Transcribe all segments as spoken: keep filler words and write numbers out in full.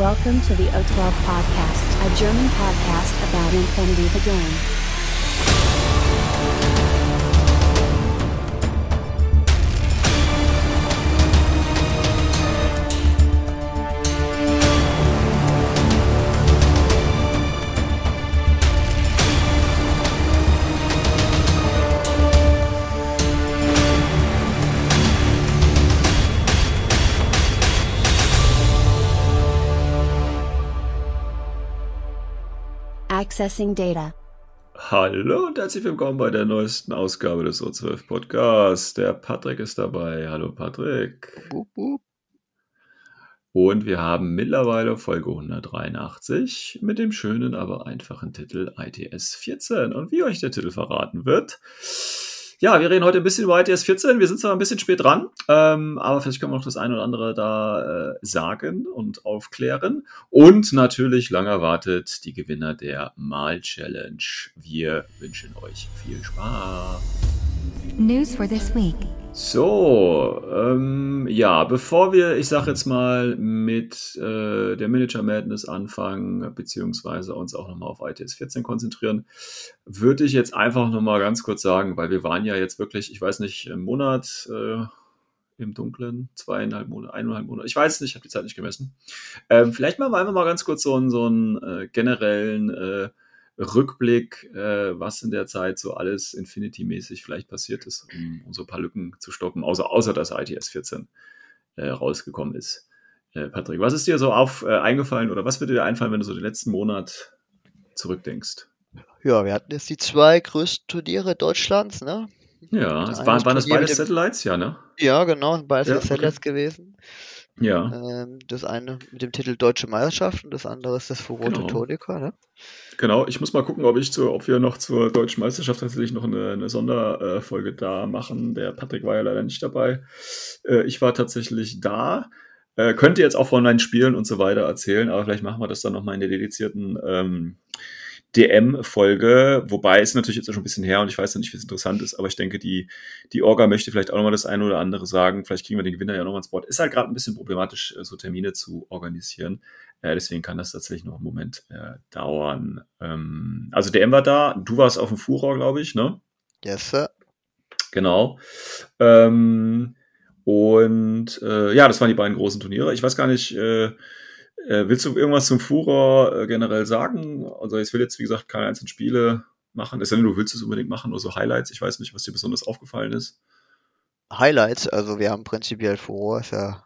Welcome to the O twelve Podcast, a German podcast about Infinity the game. Accessing Data. Hallo und herzlich willkommen bei der neuesten Ausgabe des O zwölf Podcasts. Der Patrick ist dabei. Hallo Patrick. Wup, wup. Und wir haben mittlerweile Folge hundertdreiundachtzig mit dem schönen, aber einfachen Titel I T S vierzehn. Und wie euch der Titel verraten wird, ja, wir reden heute ein bisschen über I T S vierzehn. Wir sind zwar ein bisschen spät dran, ähm, aber vielleicht können wir noch das eine oder andere da äh, sagen und aufklären. Und natürlich lang erwartet die Gewinner der Mal-Challenge. Wir wünschen euch viel Spaß. News for this week. So, ähm, ja, bevor wir, ich sag jetzt mal, mit äh, der Miniature Madness anfangen, beziehungsweise uns auch nochmal auf I T S vierzehn konzentrieren, würde ich jetzt einfach nochmal ganz kurz sagen, weil wir waren ja jetzt wirklich, ich weiß nicht, im Monat äh, im Dunklen, zweieinhalb Monate, eineinhalb Monate, ich weiß nicht, ich habe die Zeit nicht gemessen. Ähm, vielleicht machen wir einfach mal ganz kurz so einen, so einen äh, generellen äh, Rückblick, äh, was in der Zeit so alles Infinity-mäßig vielleicht passiert ist, um, um so ein paar Lücken zu stoppen, außer, außer dass I T S vierzehn äh, rausgekommen ist. Äh, Patrick, was ist dir so auf, äh, eingefallen oder was würde dir einfallen, wenn du so den letzten Monat zurückdenkst? Ja, wir hatten jetzt die zwei größten Turniere Deutschlands, ne? Ja, Das es eine waren, waren das Turnier beides mit dem- Satellites? Ja, ne? Ja, genau, beides Ja, ja, Satellites gewesen. Ja, Ähm, das eine mit dem Titel Deutsche Meisterschaft und das andere ist das Furore Genau. Teutonica, ne? genau. Ich muss mal gucken, ob, ich zu, ob wir noch zur Deutschen Meisterschaft tatsächlich noch eine, eine Sonderfolge da machen. Der Patrick war ja leider nicht dabei. Äh, ich war tatsächlich da. Äh, könnte jetzt auch von meinen Spielen und so weiter erzählen, aber vielleicht machen wir das dann nochmal in der dedizierten ähm, D M-Folge, wobei es natürlich jetzt schon ein bisschen her und ich weiß noch nicht, wie es interessant ist, aber ich denke, die, die Orga möchte vielleicht auch nochmal das eine oder andere sagen. Vielleicht kriegen wir den Gewinner ja nochmal ins Board. Ist halt gerade ein bisschen problematisch, äh, so Termine zu organisieren. Äh, deswegen kann das tatsächlich noch einen Moment äh, dauern. Ähm, also D M war da, du warst auf dem Furor, glaube ich, ne? Yes, sir. Genau. Ähm, und äh, ja, das waren die beiden großen Turniere. Ich weiß gar nicht, äh, äh, willst du irgendwas zum Furor äh, generell sagen? Also ich will jetzt, wie gesagt, keine einzelnen Spiele machen. Es sei denn, du willst es unbedingt machen, nur so Highlights. Ich weiß nicht, was dir besonders aufgefallen ist. Highlights, also wir haben prinzipiell Furore, ist ja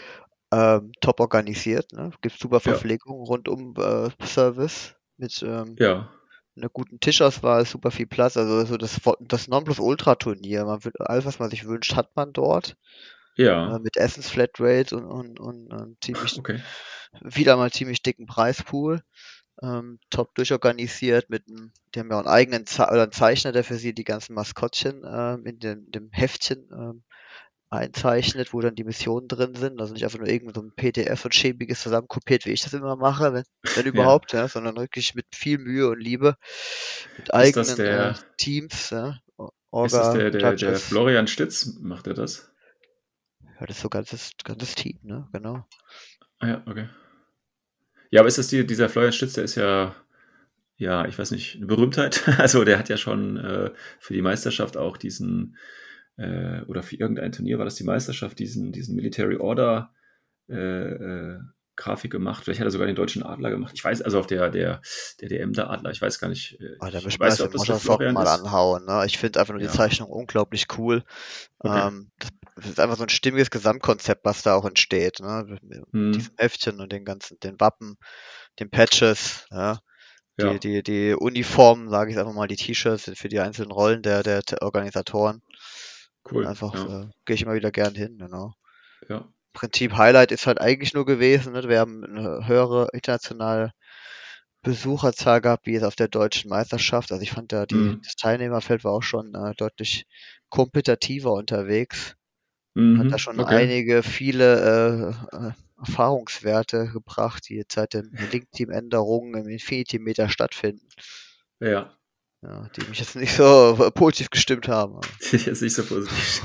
ähm, top organisiert, ne? Gibt super Ja. Verpflegung rund um äh, Service mit ähm, Ja, einer guten Tischauswahl, super viel Platz, also so das, das Nonplusultra-Turnier, man will, alles, was man sich wünscht, hat man dort. Äh, ja, mit Essensflatrate und, und, und, und ziemlich, okay. wieder mal ziemlich dicken Preispool. Ähm, top durchorganisiert mit einem, die haben ja auch einen eigenen Ze oder einen Zeichner, der für sie die ganzen Maskottchen ähm, in dem, dem Heftchen ähm, einzeichnet, wo dann die Missionen drin sind. Also nicht einfach nur irgend so ein P D F und schäbiges zusammenkopiert, wie ich das immer mache, wenn, wenn überhaupt, ja, sondern wirklich mit viel Mühe und Liebe, mit Ist das eigenen äh, der, Teams, ja, O- ist das Orga, der, der, der Judges. Florian Stitz? Macht er das? Ja, das ist so ganzes, ganzes Team, ne? Genau. Ah ja, okay. Ja, aber ist das die, dieser Florian Stitz, der ist ja, ja, ich weiß nicht, eine Berühmtheit. Also der hat ja schon äh, für die Meisterschaft auch diesen, äh, oder für irgendein Turnier war das die Meisterschaft, diesen, diesen Military Order äh, äh, Grafik gemacht. Vielleicht hat er sogar den deutschen Adler gemacht. Ich weiß, also auf der, der, der D M der Adler, ich weiß gar nicht. Äh, Ah, da ich müssen wir weiß das nicht, im ob das der Mothersock Florian mal ist. anhauen, ne? Ich finde einfach nur die Ja. Zeichnung unglaublich cool. Okay. Ähm, das, das ist einfach so ein stimmiges Gesamtkonzept, was da auch entsteht, ne? Mit, mit Hm. diesem Heftchen und den ganzen, den Wappen, den Patches, ja. Die, Ja, die, die Uniformen, sage ich einfach mal, die T-Shirts sind für die einzelnen Rollen der, der, der Organisatoren. cool. Einfach, Ja, äh, gehe ich immer wieder gern hin, genau. ja. Prinzip Highlight ist halt eigentlich nur gewesen, ne? Wir haben eine höhere internationale Besucherzahl gehabt, wie es auf der deutschen Meisterschaft. Also ich fand da die, Hm. das Teilnehmerfeld war auch schon äh, deutlich kompetitiver unterwegs. Hat da Mhm. schon Okay. einige, viele äh, äh, Erfahrungswerte gebracht, die jetzt seit den Link-Team-Änderungen im Infinity-Meter stattfinden. Ja. ja, die mich jetzt nicht so äh, positiv gestimmt haben. Jetzt nicht so positiv.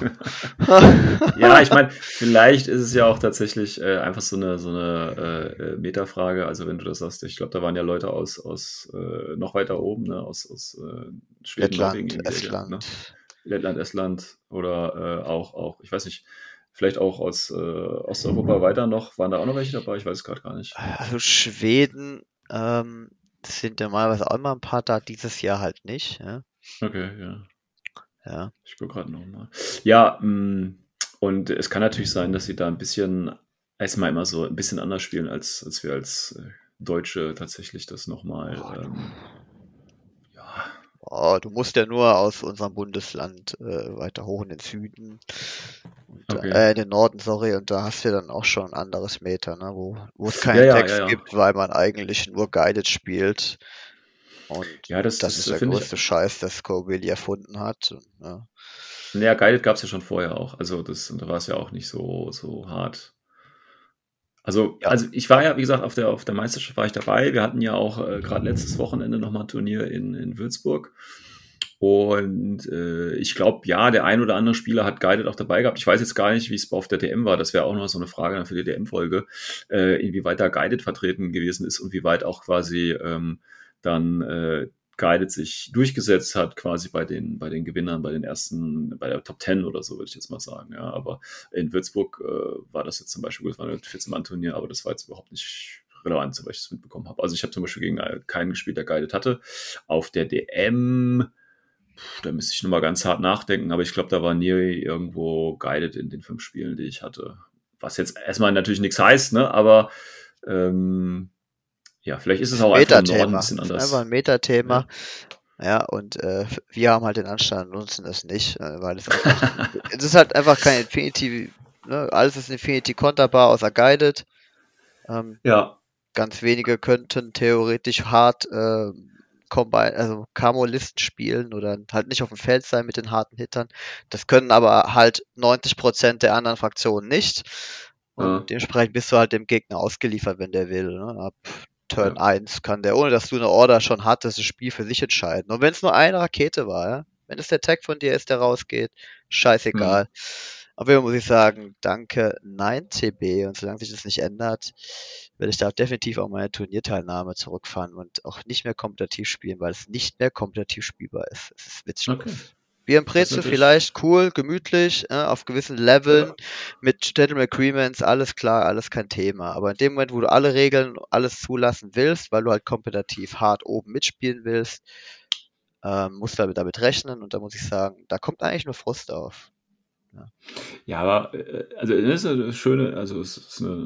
Ja, ich meine, vielleicht ist es ja auch tatsächlich äh, einfach so eine, so eine äh, Metafrage. Also wenn du das sagst, ich glaube, da waren ja Leute aus, aus äh, noch weiter oben, ne? aus, aus äh, Schweden, Norwegen, Lettland, irgendwie, ne? Estland. Lettland, Estland oder äh, auch, auch, ich weiß nicht, vielleicht auch aus äh, Osteuropa weiter noch. Waren da auch noch welche dabei? Ich weiß es gerade gar nicht. Also Schweden ähm, sind ja normalerweise auch immer ein paar da, dieses Jahr halt nicht. Ja. Okay, ja. Ja. Ich gucke gerade nochmal. Ja, mh, und es kann natürlich sein, dass sie da ein bisschen, erstmal immer so ein bisschen anders spielen, als, als wir als äh, Deutsche tatsächlich das nochmal, Oh, ähm, ja, oh, du musst ja nur aus unserem Bundesland äh, weiter hoch in den Süden, und, da- okay. äh, in den Norden, sorry, und da hast du dann auch schon ein anderes Meta, ne, wo, wo es Ja, keinen ja, Text ja, ja. gibt, weil man eigentlich nur Guided spielt. Und Ja, das, das das ist der finde ich, größte Scheiß, das Scoville erfunden hat. Und, ja. naja, Guided gab es ja schon vorher auch. Also das, und da war es ja auch nicht so, so hart. Also, Ja, also ich war ja, wie gesagt, auf der, auf der Meisterschaft war ich dabei. Wir hatten ja auch äh, gerade letztes Wochenende nochmal ein Turnier in, in Würzburg. Und äh, ich glaube, ja, der ein oder andere Spieler hat Guided auch dabei gehabt. Ich weiß jetzt gar nicht, wie es auf der D M war. Das wäre auch noch so eine Frage dann für die D M-Folge, äh, inwieweit da Guided vertreten gewesen ist und wie weit auch quasi ähm, dann äh, Guided sich durchgesetzt hat, quasi bei den, bei den Gewinnern, bei den ersten, bei der Top Ten oder so, würde ich jetzt mal sagen. Ja, aber in Würzburg äh, war das jetzt zum Beispiel, das war ein vierzehn-Mann-Turnier, aber das war jetzt überhaupt nicht relevant, soweit ich das mitbekommen habe. Also ich habe zum Beispiel gegen keinen gespielt, der Guided hatte. Auf der D M, puh, da müsste ich nochmal ganz hart nachdenken, aber ich glaube, da war nie irgendwo Guided in den fünf Spielen, die ich hatte. Was jetzt erstmal natürlich nichts heißt, ne? Aber ähm, ja, vielleicht ist es auch einfach im Norden ein Metathema. bisschen Das ist einfach ein anders. Metathema. Ja. Ja, und äh, wir haben halt den Anstand, nutzen es nicht, äh, weil es einfach, es ist halt einfach kein Infinity, ne? Alles ist Infinity konterbar außer Guided. Ähm, Ja, ganz wenige könnten theoretisch hart äh, Combine, also Camo-Listen spielen oder halt nicht auf dem Feld sein mit den harten Hittern. Das können aber halt neunzig Prozent der anderen Fraktionen nicht. Und ja, dementsprechend bist du halt dem Gegner ausgeliefert, wenn der will. Ne? Ab Turn ja. eins kann der, ohne dass du eine Order schon hattest, das Spiel für sich entscheiden. Und wenn es nur eine Rakete war, ja? Wenn es der Tag von dir ist, der rausgeht, scheißegal. Hm. Auf jeden Fall muss ich sagen, danke, nein, T B. Und solange sich das nicht ändert, werde ich da definitiv auch meine Turnierteilnahme zurückfahren und auch nicht mehr kompetitiv spielen, weil es nicht mehr kompetitiv spielbar ist. Es ist witzlos. Okay. Bier im Das ist Brezel natürlich, vielleicht, cool, gemütlich, äh, auf gewissen Leveln, ja, mit Gentleman Agreements, alles klar, alles kein Thema. Aber in dem Moment, wo du alle Regeln, alles zulassen willst, weil du halt kompetitiv hart oben mitspielen willst, ähm, musst du damit, damit rechnen, und da muss ich sagen, da kommt eigentlich nur Frust auf. Ja. ja, aber äh, also das ist eine schöne, also es ist eine,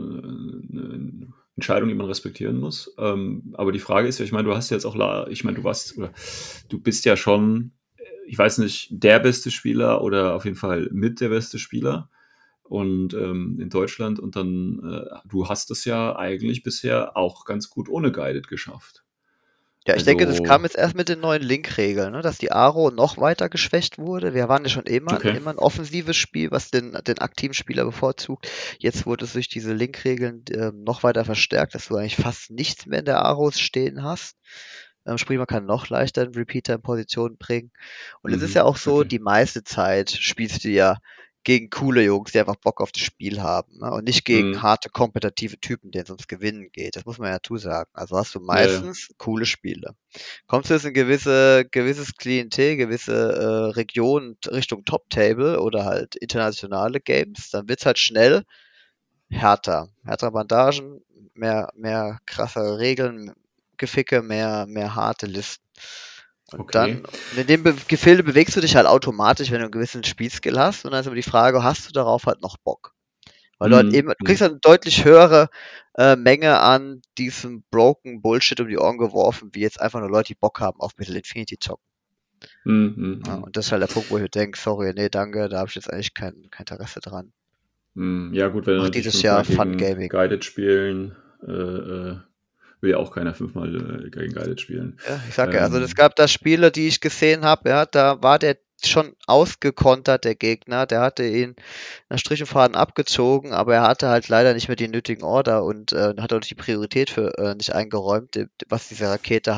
eine Entscheidung, die man respektieren muss. Ähm, aber die Frage ist ja, ich meine, du hast jetzt auch, la- ich meine, du warst oder du bist ja schon, äh, ich weiß nicht, der beste Spieler oder auf jeden Fall mit der beste Spieler und ähm, in Deutschland und dann, äh, du hast es ja eigentlich bisher auch ganz gut ohne Guided geschafft. Ja, ich denke, das kam Also, jetzt erst mit den neuen Link-Regeln, ne, dass die Aro noch weiter geschwächt wurde. Wir waren ja schon immer, okay. immer ein offensives Spiel, was den, den aktiven Spieler bevorzugt. Jetzt wurde es durch diese Link-Regeln ähm, noch weiter verstärkt, dass du eigentlich fast nichts mehr in der Aros stehen hast. Ähm, sprich, man kann noch leichter einen Repeater in Position bringen. Und es ist ja Mhm. auch so, Okay. die meiste Zeit spielst du ja gegen coole Jungs, die einfach Bock auf das Spiel haben, ne? Und nicht gegen Mhm. harte, kompetitive Typen, denen es ums Gewinnen geht. Das muss man ja zusagen. Also hast du Ja, ja. meistens coole Spiele. Kommst du jetzt in gewisse, gewisses Klientel, gewisse äh, Regionen Richtung Top-Table oder halt internationale Games, dann wird's halt schnell härter. Härtere Bandagen, mehr, mehr krassere Regeln, Geficke, mehr, mehr harte Listen. Und Okay. dann, und in dem Be Gefilde bewegst du dich halt automatisch, wenn du einen gewissen Spielskill hast. Und dann ist aber die Frage, hast du darauf halt noch Bock? Weil du halt Mhm. eben, du kriegst Mhm. halt eine deutlich höhere äh, Menge an diesem broken Bullshit um die Ohren geworfen, wie jetzt einfach nur Leute, die Bock haben auf Mittel Infinity zocken. Mhm. Mhm. Ja, Mhm. und das ist halt der Punkt, wo ich mir denke, sorry, nee, danke, da habe ich jetzt eigentlich kein, kein Interesse dran. Hm, ja, gut, wenn du Mach natürlich dieses Jahr fünfmal Fun gegen Gaming. Guided spielen, äh, äh, will ja auch keiner fünfmal äh, gegen Guided spielen. Ja, ich sag ja, also es Ähm, gab da Spiele, die ich gesehen habe, ja, da war der schon ausgekontert, der Gegner, der hatte ihn nach Strich und Faden abgezogen, aber er hatte halt leider nicht mehr die nötigen Order und äh, hat auch die Priorität für äh, nicht eingeräumt, die- was diese Rakete halt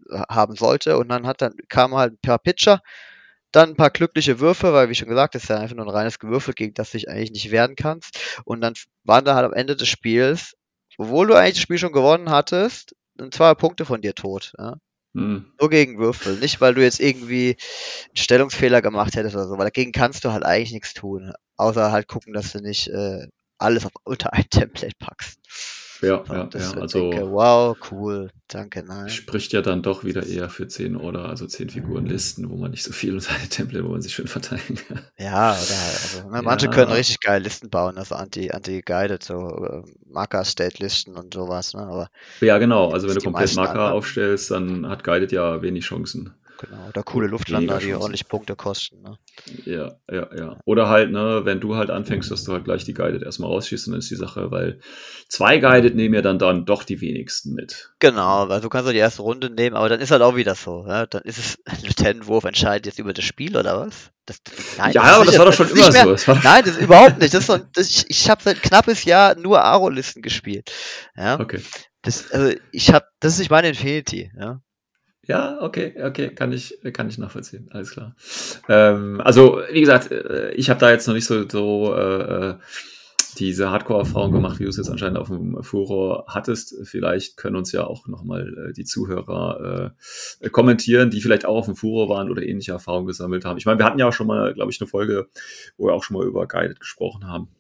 haben sollte. Und dann hat dann kamen halt ein paar Pitcher, dann ein paar glückliche Würfe, weil wie schon gesagt, das ist ja einfach nur ein reines Gewürfel, gegen das du dich eigentlich nicht wehren kannst. Und dann waren da halt am Ende des Spiels, obwohl du eigentlich das Spiel schon gewonnen hattest, zwei Punkte von dir tot. Ja? Hm. Nur gegen Würfel, nicht weil du jetzt irgendwie einen Stellungsfehler gemacht hättest oder so, weil dagegen kannst du halt eigentlich nichts tun, außer halt gucken, dass du nicht äh, alles auf unter ein Template packst. Ja, So, ja, das ja. wird Also denke, wow, cool, danke, nein. spricht ja dann doch wieder eher für zehn oder also zehn Figurenlisten, wo man nicht so viel und seine Template, wo man sich schön verteilen kann. Ja, oder also, ne, manche Ja. können richtig geile Listen bauen, also anti, anti-guided, so äh, Marker-State-Listen und sowas, ne? Aber Ja, genau. Also wenn du die komplett meisten Marker anderen, aufstellst, dann hat Guided ja wenig Chancen. genau, oder coole Oder Luftlander, weniger die Chancen. ordentlich Punkte kosten, ne? Ja, ja, ja. Oder halt, ne, wenn du halt anfängst, dass du halt gleich die Guided erstmal rausschießt, dann ist die Sache, weil zwei Guided nehmen ja dann, dann doch die wenigsten mit. Genau, weil du kannst ja die erste Runde nehmen, aber dann ist halt auch wieder so, ja? Dann ist es ein Lieutenant-Wurf entscheidet jetzt über das Spiel oder was? Das, nein, Ja, das ist aber nicht, das war doch das schon ist immer nicht mehr, so. Das war doch- nein, das ist überhaupt nicht. Das ist so, das, ich ich habe seit ein knappes Jahr nur Aro-Listen gespielt, ja. Okay. Das, also ich habe, das ist nicht meine Infinity, ja. Ja, okay, okay, kann ich, kann ich nachvollziehen, alles klar. Ähm, also, wie gesagt, äh, ich habe da jetzt noch nicht so, so äh, diese Hardcore-Erfahrung gemacht, wie du es jetzt anscheinend auf dem Furor hattest. Vielleicht können uns ja auch nochmal äh, die Zuhörer äh, kommentieren, die vielleicht auch auf dem Furor waren oder ähnliche Erfahrungen gesammelt haben. Ich meine, wir hatten ja auch schon mal, glaube ich, eine Folge, wo wir auch schon mal über Guided gesprochen haben.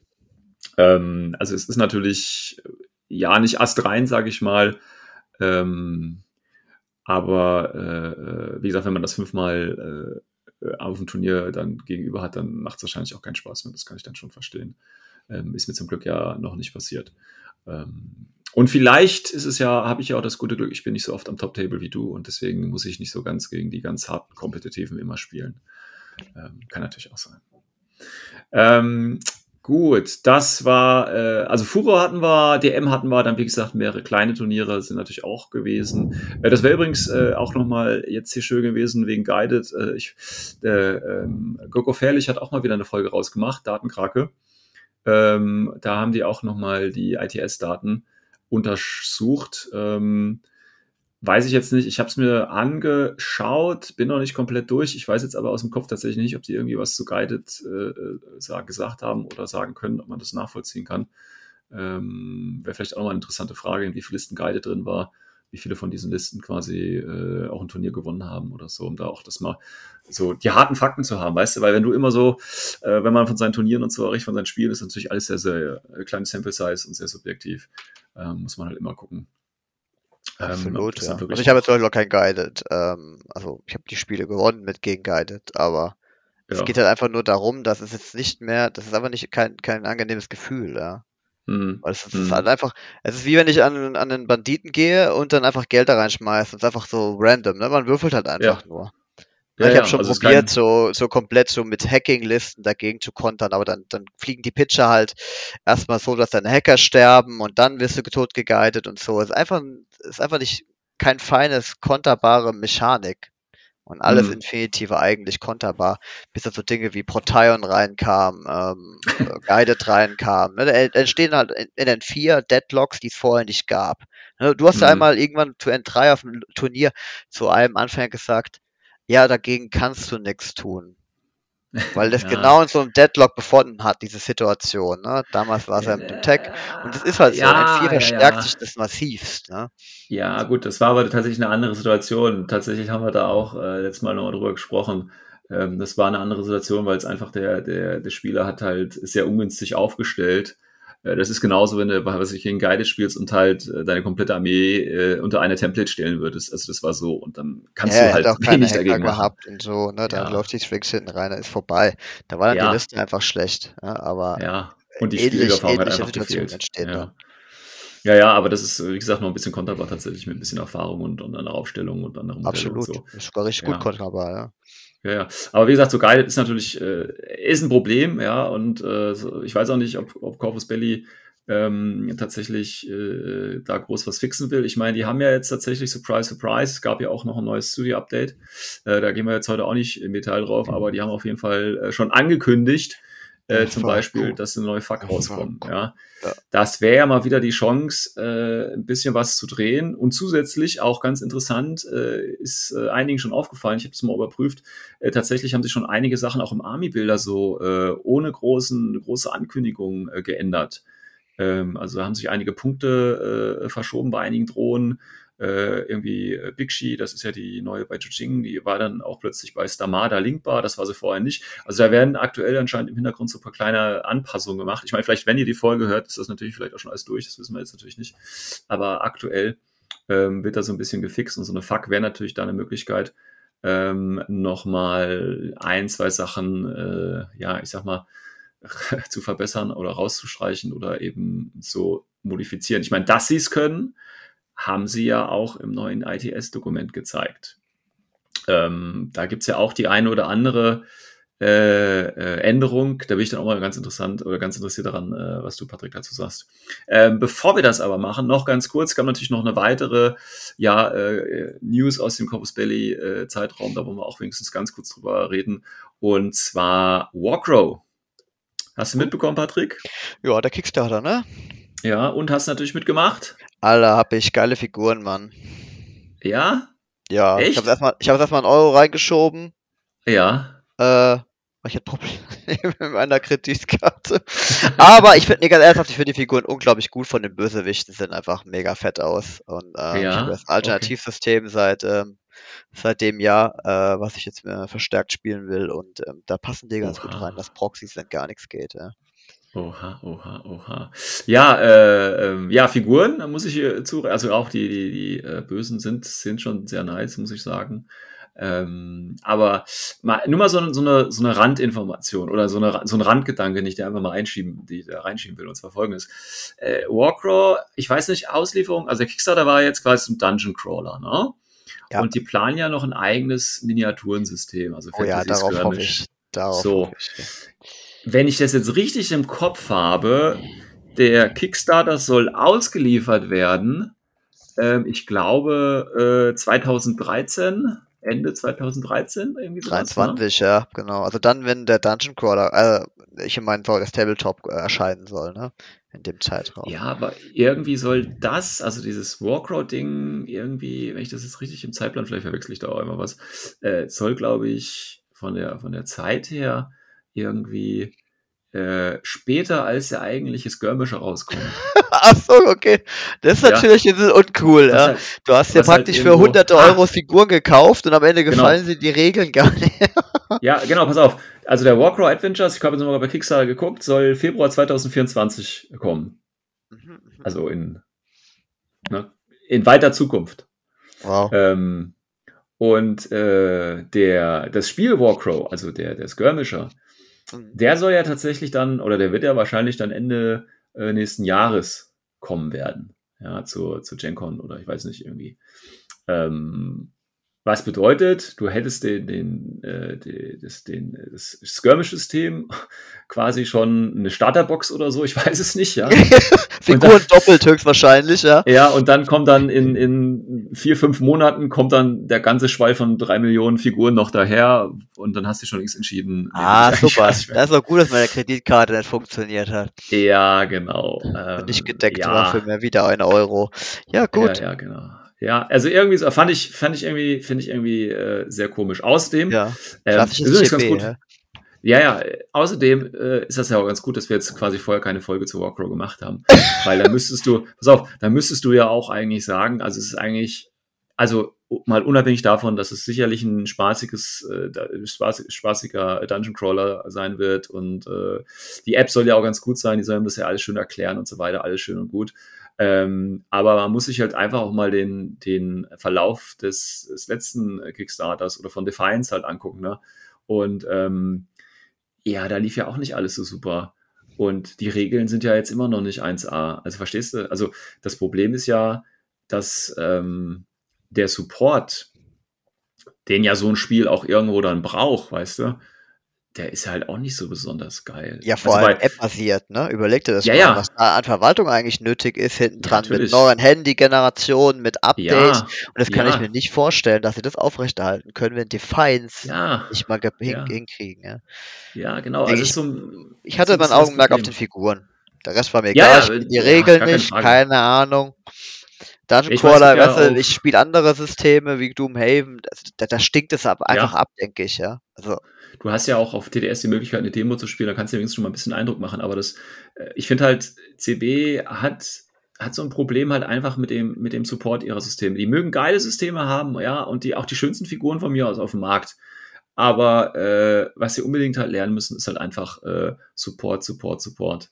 Ähm, also es ist natürlich, ja, nicht astrein, sage ich mal, ähm, aber äh, wie gesagt, wenn man das fünfmal äh, auf dem Turnier dann gegenüber hat, dann macht es wahrscheinlich auch keinen Spaß mehr. Das kann ich dann schon verstehen. Ähm, ist mir zum Glück ja noch nicht passiert. Ähm, und vielleicht ist es ja, habe ich ja auch das gute Glück, ich bin nicht so oft am Top-Table wie du und deswegen muss ich nicht so ganz gegen die ganz harten Kompetitiven immer spielen. Ähm, kann natürlich auch sein. Ähm, Gut, das war, äh, also Furor hatten wir, D M hatten wir, dann wie gesagt mehrere kleine Turniere sind natürlich auch gewesen. Äh, das wäre übrigens äh, auch nochmal jetzt hier schön gewesen wegen Guided. Äh, ich, der ähm, Goko Fährlich hat auch mal wieder eine Folge rausgemacht, Datenkrake. Ähm, da haben die auch nochmal die I T S-Daten untersucht. Ähm, Weiß ich jetzt nicht. Ich habe es mir angeschaut, bin noch nicht komplett durch. Ich weiß jetzt aber aus dem Kopf tatsächlich nicht, ob die irgendwie was zu Guided äh, gesagt haben oder sagen können, ob man das nachvollziehen kann. Ähm, Wäre vielleicht auch mal eine interessante Frage, in wie viele Listen Guided drin war, wie viele von diesen Listen quasi äh, auch ein Turnier gewonnen haben oder so, um da auch das mal so die harten Fakten zu haben, weißt du, weil wenn du immer so, äh, wenn man von seinen Turnieren und so richtig von seinen Spielen ist natürlich alles sehr, sehr äh, kleine Sample Size und sehr subjektiv, ähm, muss man halt immer gucken. Absolut, ähm, ja. wirklich Also ich habe jetzt zum Beispiel auch kein Guided. Ähm, also ich habe die Spiele gewonnen mit gegen Guided, aber ja. Es geht halt einfach nur darum, dass es jetzt nicht mehr, das ist einfach nicht kein, kein angenehmes Gefühl, ja. Hm. Weil es, es hm. ist halt einfach, es ist wie wenn ich an, an einen Banditen gehe und dann einfach Geld da reinschmeiße. Es ist einfach so random, ne? Man würfelt halt einfach ja. nur. Ja, ich ja, habe schon also probiert, kein... so, so komplett so mit Hacking-Listen dagegen zu kontern, aber dann, dann fliegen die Pitcher halt erstmal so, dass deine Hacker sterben und dann wirst du tot geguidet und so. Es ist einfach, es ist einfach nicht kein feines, konterbare Mechanik. Und alles hm. Infinity war eigentlich konterbar, bis dann so Dinge wie Proteon reinkam, ähm, Guided reinkam. Ne? Da entstehen halt in N vier Deadlocks, die es vorher nicht gab. Ne? Du hast hm. ja einmal irgendwann zu N drei auf dem Turnier zu einem Anfänger gesagt, ja, dagegen kannst du nichts tun. Weil das ja. genau in so einem Deadlock befunden hat, diese Situation. Ne? Damals war es ja mit dem Tech. Und es ist halt so. Ja, N vier ja, verstärkt ja. sich das massivst. Ne? Ja, gut, das war aber tatsächlich eine andere Situation. Tatsächlich haben wir da auch äh, letztes Mal nochmal drüber gesprochen. Ähm, das war eine andere Situation, weil es einfach der, der, der Spieler hat halt sehr ungünstig aufgestellt. Äh, das ist genauso, wenn du, was ich gegen Guided spielst und halt äh, deine komplette Armee äh, unter eine Template stellen würdest. Also das war so. Und dann kannst ja, du er halt hat auch keine wenig Hacker dagegen machen. gehabt und so, ne? Dann Ja. läuft die Strix hinten rein, dann ist vorbei. Da war dann Ja. die Liste einfach schlecht. Ja, aber Ja, und die ähnlich, Spielerfahrung hat ähnliche einfach Situationen gefehlt. entstehen Ja. dann. Ja, ja, aber das ist, wie gesagt, noch ein bisschen konterbar tatsächlich mit ein bisschen Erfahrung und, und einer Aufstellung und anderen Modellen und Absolut. so. Ist sogar richtig Ja. gut konterbar, ja. Ja, ja. Aber wie gesagt, so Guided ist natürlich, äh, ist ein Problem, ja, und äh, so, ich weiß auch nicht, ob, ob Corvus Belli ähm, tatsächlich äh, da groß was fixen will. Ich meine, die haben ja jetzt tatsächlich, surprise, surprise, es gab ja auch noch ein neues Studio-Update. Äh, da gehen wir jetzt heute auch nicht im Detail drauf, aber die haben auf jeden Fall äh, schon angekündigt, äh, Das zum war Beispiel, cool. dass eine neue Fuck Das war rauskommt. cool. Ja. Ja. Das wäre ja mal wieder die Chance, äh, ein bisschen was zu drehen. Und zusätzlich auch ganz interessant, äh, ist äh, einigen schon aufgefallen, ich habe es mal überprüft, äh, tatsächlich haben sich schon einige Sachen auch im Army-Builder so äh, ohne großen, große Ankündigungen äh, geändert. Ähm, also haben sich einige Punkte äh, verschoben bei einigen Drohnen. Äh, irgendwie äh, Bigshi, das ist ja die neue bei Chuching, die war dann auch plötzlich bei Stamada linkbar, das war sie vorher nicht. Also da werden aktuell anscheinend im Hintergrund so ein paar kleine Anpassungen gemacht. Ich meine, vielleicht, wenn ihr die Folge hört, ist das natürlich vielleicht auch schon alles durch, das wissen wir jetzt natürlich nicht. Aber aktuell ähm, wird da so ein bisschen gefixt und so eine Fuck wäre natürlich da eine Möglichkeit, ähm, nochmal ein, zwei Sachen, äh, ja, ich sag mal, zu verbessern oder rauszustreichen oder eben so modifizieren. Ich meine, dass sie es können, haben sie ja auch im neuen I T S-Dokument gezeigt. Ähm, da gibt es ja auch die eine oder andere äh, äh, Änderung. Da bin ich dann auch mal ganz interessant oder ganz interessiert daran, äh, was du, Patrick, dazu sagst. Ähm, bevor wir das aber machen, noch ganz kurz, gab natürlich noch eine weitere ja, äh, News aus dem Corpus Belli äh, Zeitraum, da wollen wir auch wenigstens ganz kurz drüber reden. Und zwar Warcrow. Hast du mitbekommen, Patrick? Ja, der Kickstarter, ne? Ja, und hast natürlich mitgemacht? Alter, hab ich geile Figuren, Mann. Ja? Ja, ich Echt? habe erstmal, ich habe erstmal einen Euro reingeschoben. Ja. Äh, ich hatte Probleme mit meiner Kreditkarte. Aber ich finde, nee, ganz ernsthaft, ich finde die Figuren unglaublich gut von den Bösewichten, sehen einfach mega fett aus. Und ähm, Ja, ich habe jetzt ein okay. Alternativsystem seit, ähm, seit dem Jahr, äh, was ich jetzt mehr verstärkt spielen will. Und ähm, da passen die ganz gut rein, Oha. dass Proxys dann gar nichts geht. Ja. Oha, oha, oha. Ja, äh, ähm, ja, Figuren, da muss ich hier zu, also auch die, die, die äh, Bösen sind, sind schon sehr nice, muss ich sagen. Ähm, aber mal, nur mal so, eine- so, eine, so eine Randinformation oder so, eine, so ein Randgedanke, den ich dir einfach mal einschieben, die ich da reinschieben will, und zwar folgendes. Äh, Warcraw, ich weiß nicht, Auslieferung, also der Kickstarter war jetzt quasi ein Dungeon Crawler, ne? Ja. Und die planen ja noch ein eigenes Miniaturensystem, also Oh ja, Fantasy darauf hoffe Skirmish. ich. Darauf So. hoffe ich. Ja. Wenn ich das jetzt richtig im Kopf habe, der Kickstarter soll ausgeliefert werden, ähm, ich glaube, äh, zwanzig dreizehn, Ende zwanzig dreizehn, irgendwie sowas, ne? dreiundzwanzig, ja, genau. Also dann, wenn der Dungeon Crawler, äh, ich meine, soll das Tabletop äh, erscheinen soll, ne? In dem Zeitraum. Ja, aber irgendwie soll das, also dieses Warcraw-Ding, irgendwie, wenn ich das jetzt richtig im Zeitplan, vielleicht verwechsel ich da auch immer was, äh, soll, glaube ich, von der, von der Zeit her irgendwie äh, später als der eigentliche Skirmisher rauskommen. Ach so, okay. Das ist Ja. natürlich ein bisschen uncool, Was ja. halt, Du hast ja was halt praktisch für irgendwo- hunderte Ah! Euro Figuren gekauft und am Ende Genau. gefallen sie die Regeln gar nicht. Ja, genau, pass auf. Also der Warcraw Adventures, ich habe jetzt mal bei Kickstarter geguckt, soll Februar zwanzig vierundzwanzig kommen. Also in, ne, in weiter Zukunft. Wow. Ähm, und äh, der, das Spiel Warcraw, also der, der Skirmisher, Mhm. der soll ja tatsächlich dann, oder der wird ja wahrscheinlich dann Ende äh, nächsten Jahres kommen werden. Ja, zu, zu Gen Con oder ich weiß nicht, irgendwie. Ähm, was bedeutet, du hättest den, den, äh, die, das, den, das Skirmish-System quasi schon eine Starterbox oder so, ich weiß es nicht, ja. Figuren doppelt höchstwahrscheinlich, ja. Ja, und dann kommt dann in, in vier, fünf Monaten kommt dann der ganze Schwall von drei Millionen Figuren noch daher und dann hast du schon nichts entschieden. Nee, Ah, will ich eigentlich super. gar nicht mehr. Das ist auch gut, dass meine Kreditkarte nicht funktioniert hat. Ja, genau. Ähm, Und nicht gedeckt ja, war für mehr wieder ein Euro. Ja, gut. Ja, ja, genau. Ja, also irgendwie so, fand ich, fand ich irgendwie, finde ich irgendwie äh, sehr komisch. Außerdem, Ja. ähm, Klassisches ist übrigens ganz C B, gut. ja. Ja, ja, äh, außerdem äh, ist das ja auch ganz gut, dass wir jetzt quasi vorher keine Folge zu Warcraw gemacht haben. Weil da müsstest du, pass auf, da müsstest du ja auch eigentlich sagen, also es ist eigentlich, also mal unabhängig davon, dass es sicherlich ein spaßiges, äh, da- spaß, spaßiger Dungeon Crawler sein wird und äh, die App soll ja auch ganz gut sein, die sollen das ja alles schön erklären und so weiter, alles schön und gut. Ähm, aber man muss sich halt einfach auch mal den, den Verlauf des, des letzten Kickstarters oder von Defiance halt angucken, ne? Und ähm, ja, da lief ja auch nicht alles so super. Und die Regeln sind ja jetzt immer noch nicht eins a. Also verstehst du? Also das Problem ist ja, dass ähm, der Support, den ja so ein Spiel auch irgendwo dann braucht, weißt du, der ist halt auch nicht so besonders geil. Ja, vor Also allem bei, App-basiert, ne? Überleg dir das ja, mal, ja, was da an Verwaltung eigentlich nötig ist, hinten ja, dran mit natürlich. neuen Handy-Generationen, mit Updates. Ja, Und das kann ich mir ja, nicht vorstellen, dass sie das aufrechterhalten können, wenn Defiance ja, nicht mal ge- hin ja, hinkriegen. Ja. ja, genau. Deswegen, Also es ist ich, so, ein- ich so hatte ein mein bisschen das Augenmerk auf den Problem. Figuren. Der Rest war mir Ja, egal, ja, ich kenne die äh, ja, Regeln gar keine nicht, Frage. keine Ahnung. Dungeon Ich meine, es gibt Crawler, ja weißt du, ich auf, spiele andere Systeme wie Doomhaven, das, da, da stinkt es ab, einfach ja, ab, denke ich, ja. Also, du hast ja auch auf T D S die Möglichkeit, eine Demo zu spielen, da kannst du ja wenigstens schon mal ein bisschen Eindruck machen, aber das, äh, ich finde halt, C B hat, hat so ein Problem halt einfach mit dem, mit dem Support ihrer Systeme. Die mögen geile Systeme haben, ja, und die auch die schönsten Figuren von mir aus auf dem Markt. Aber äh, was sie unbedingt halt lernen müssen, ist halt einfach äh, Support, Support, Support.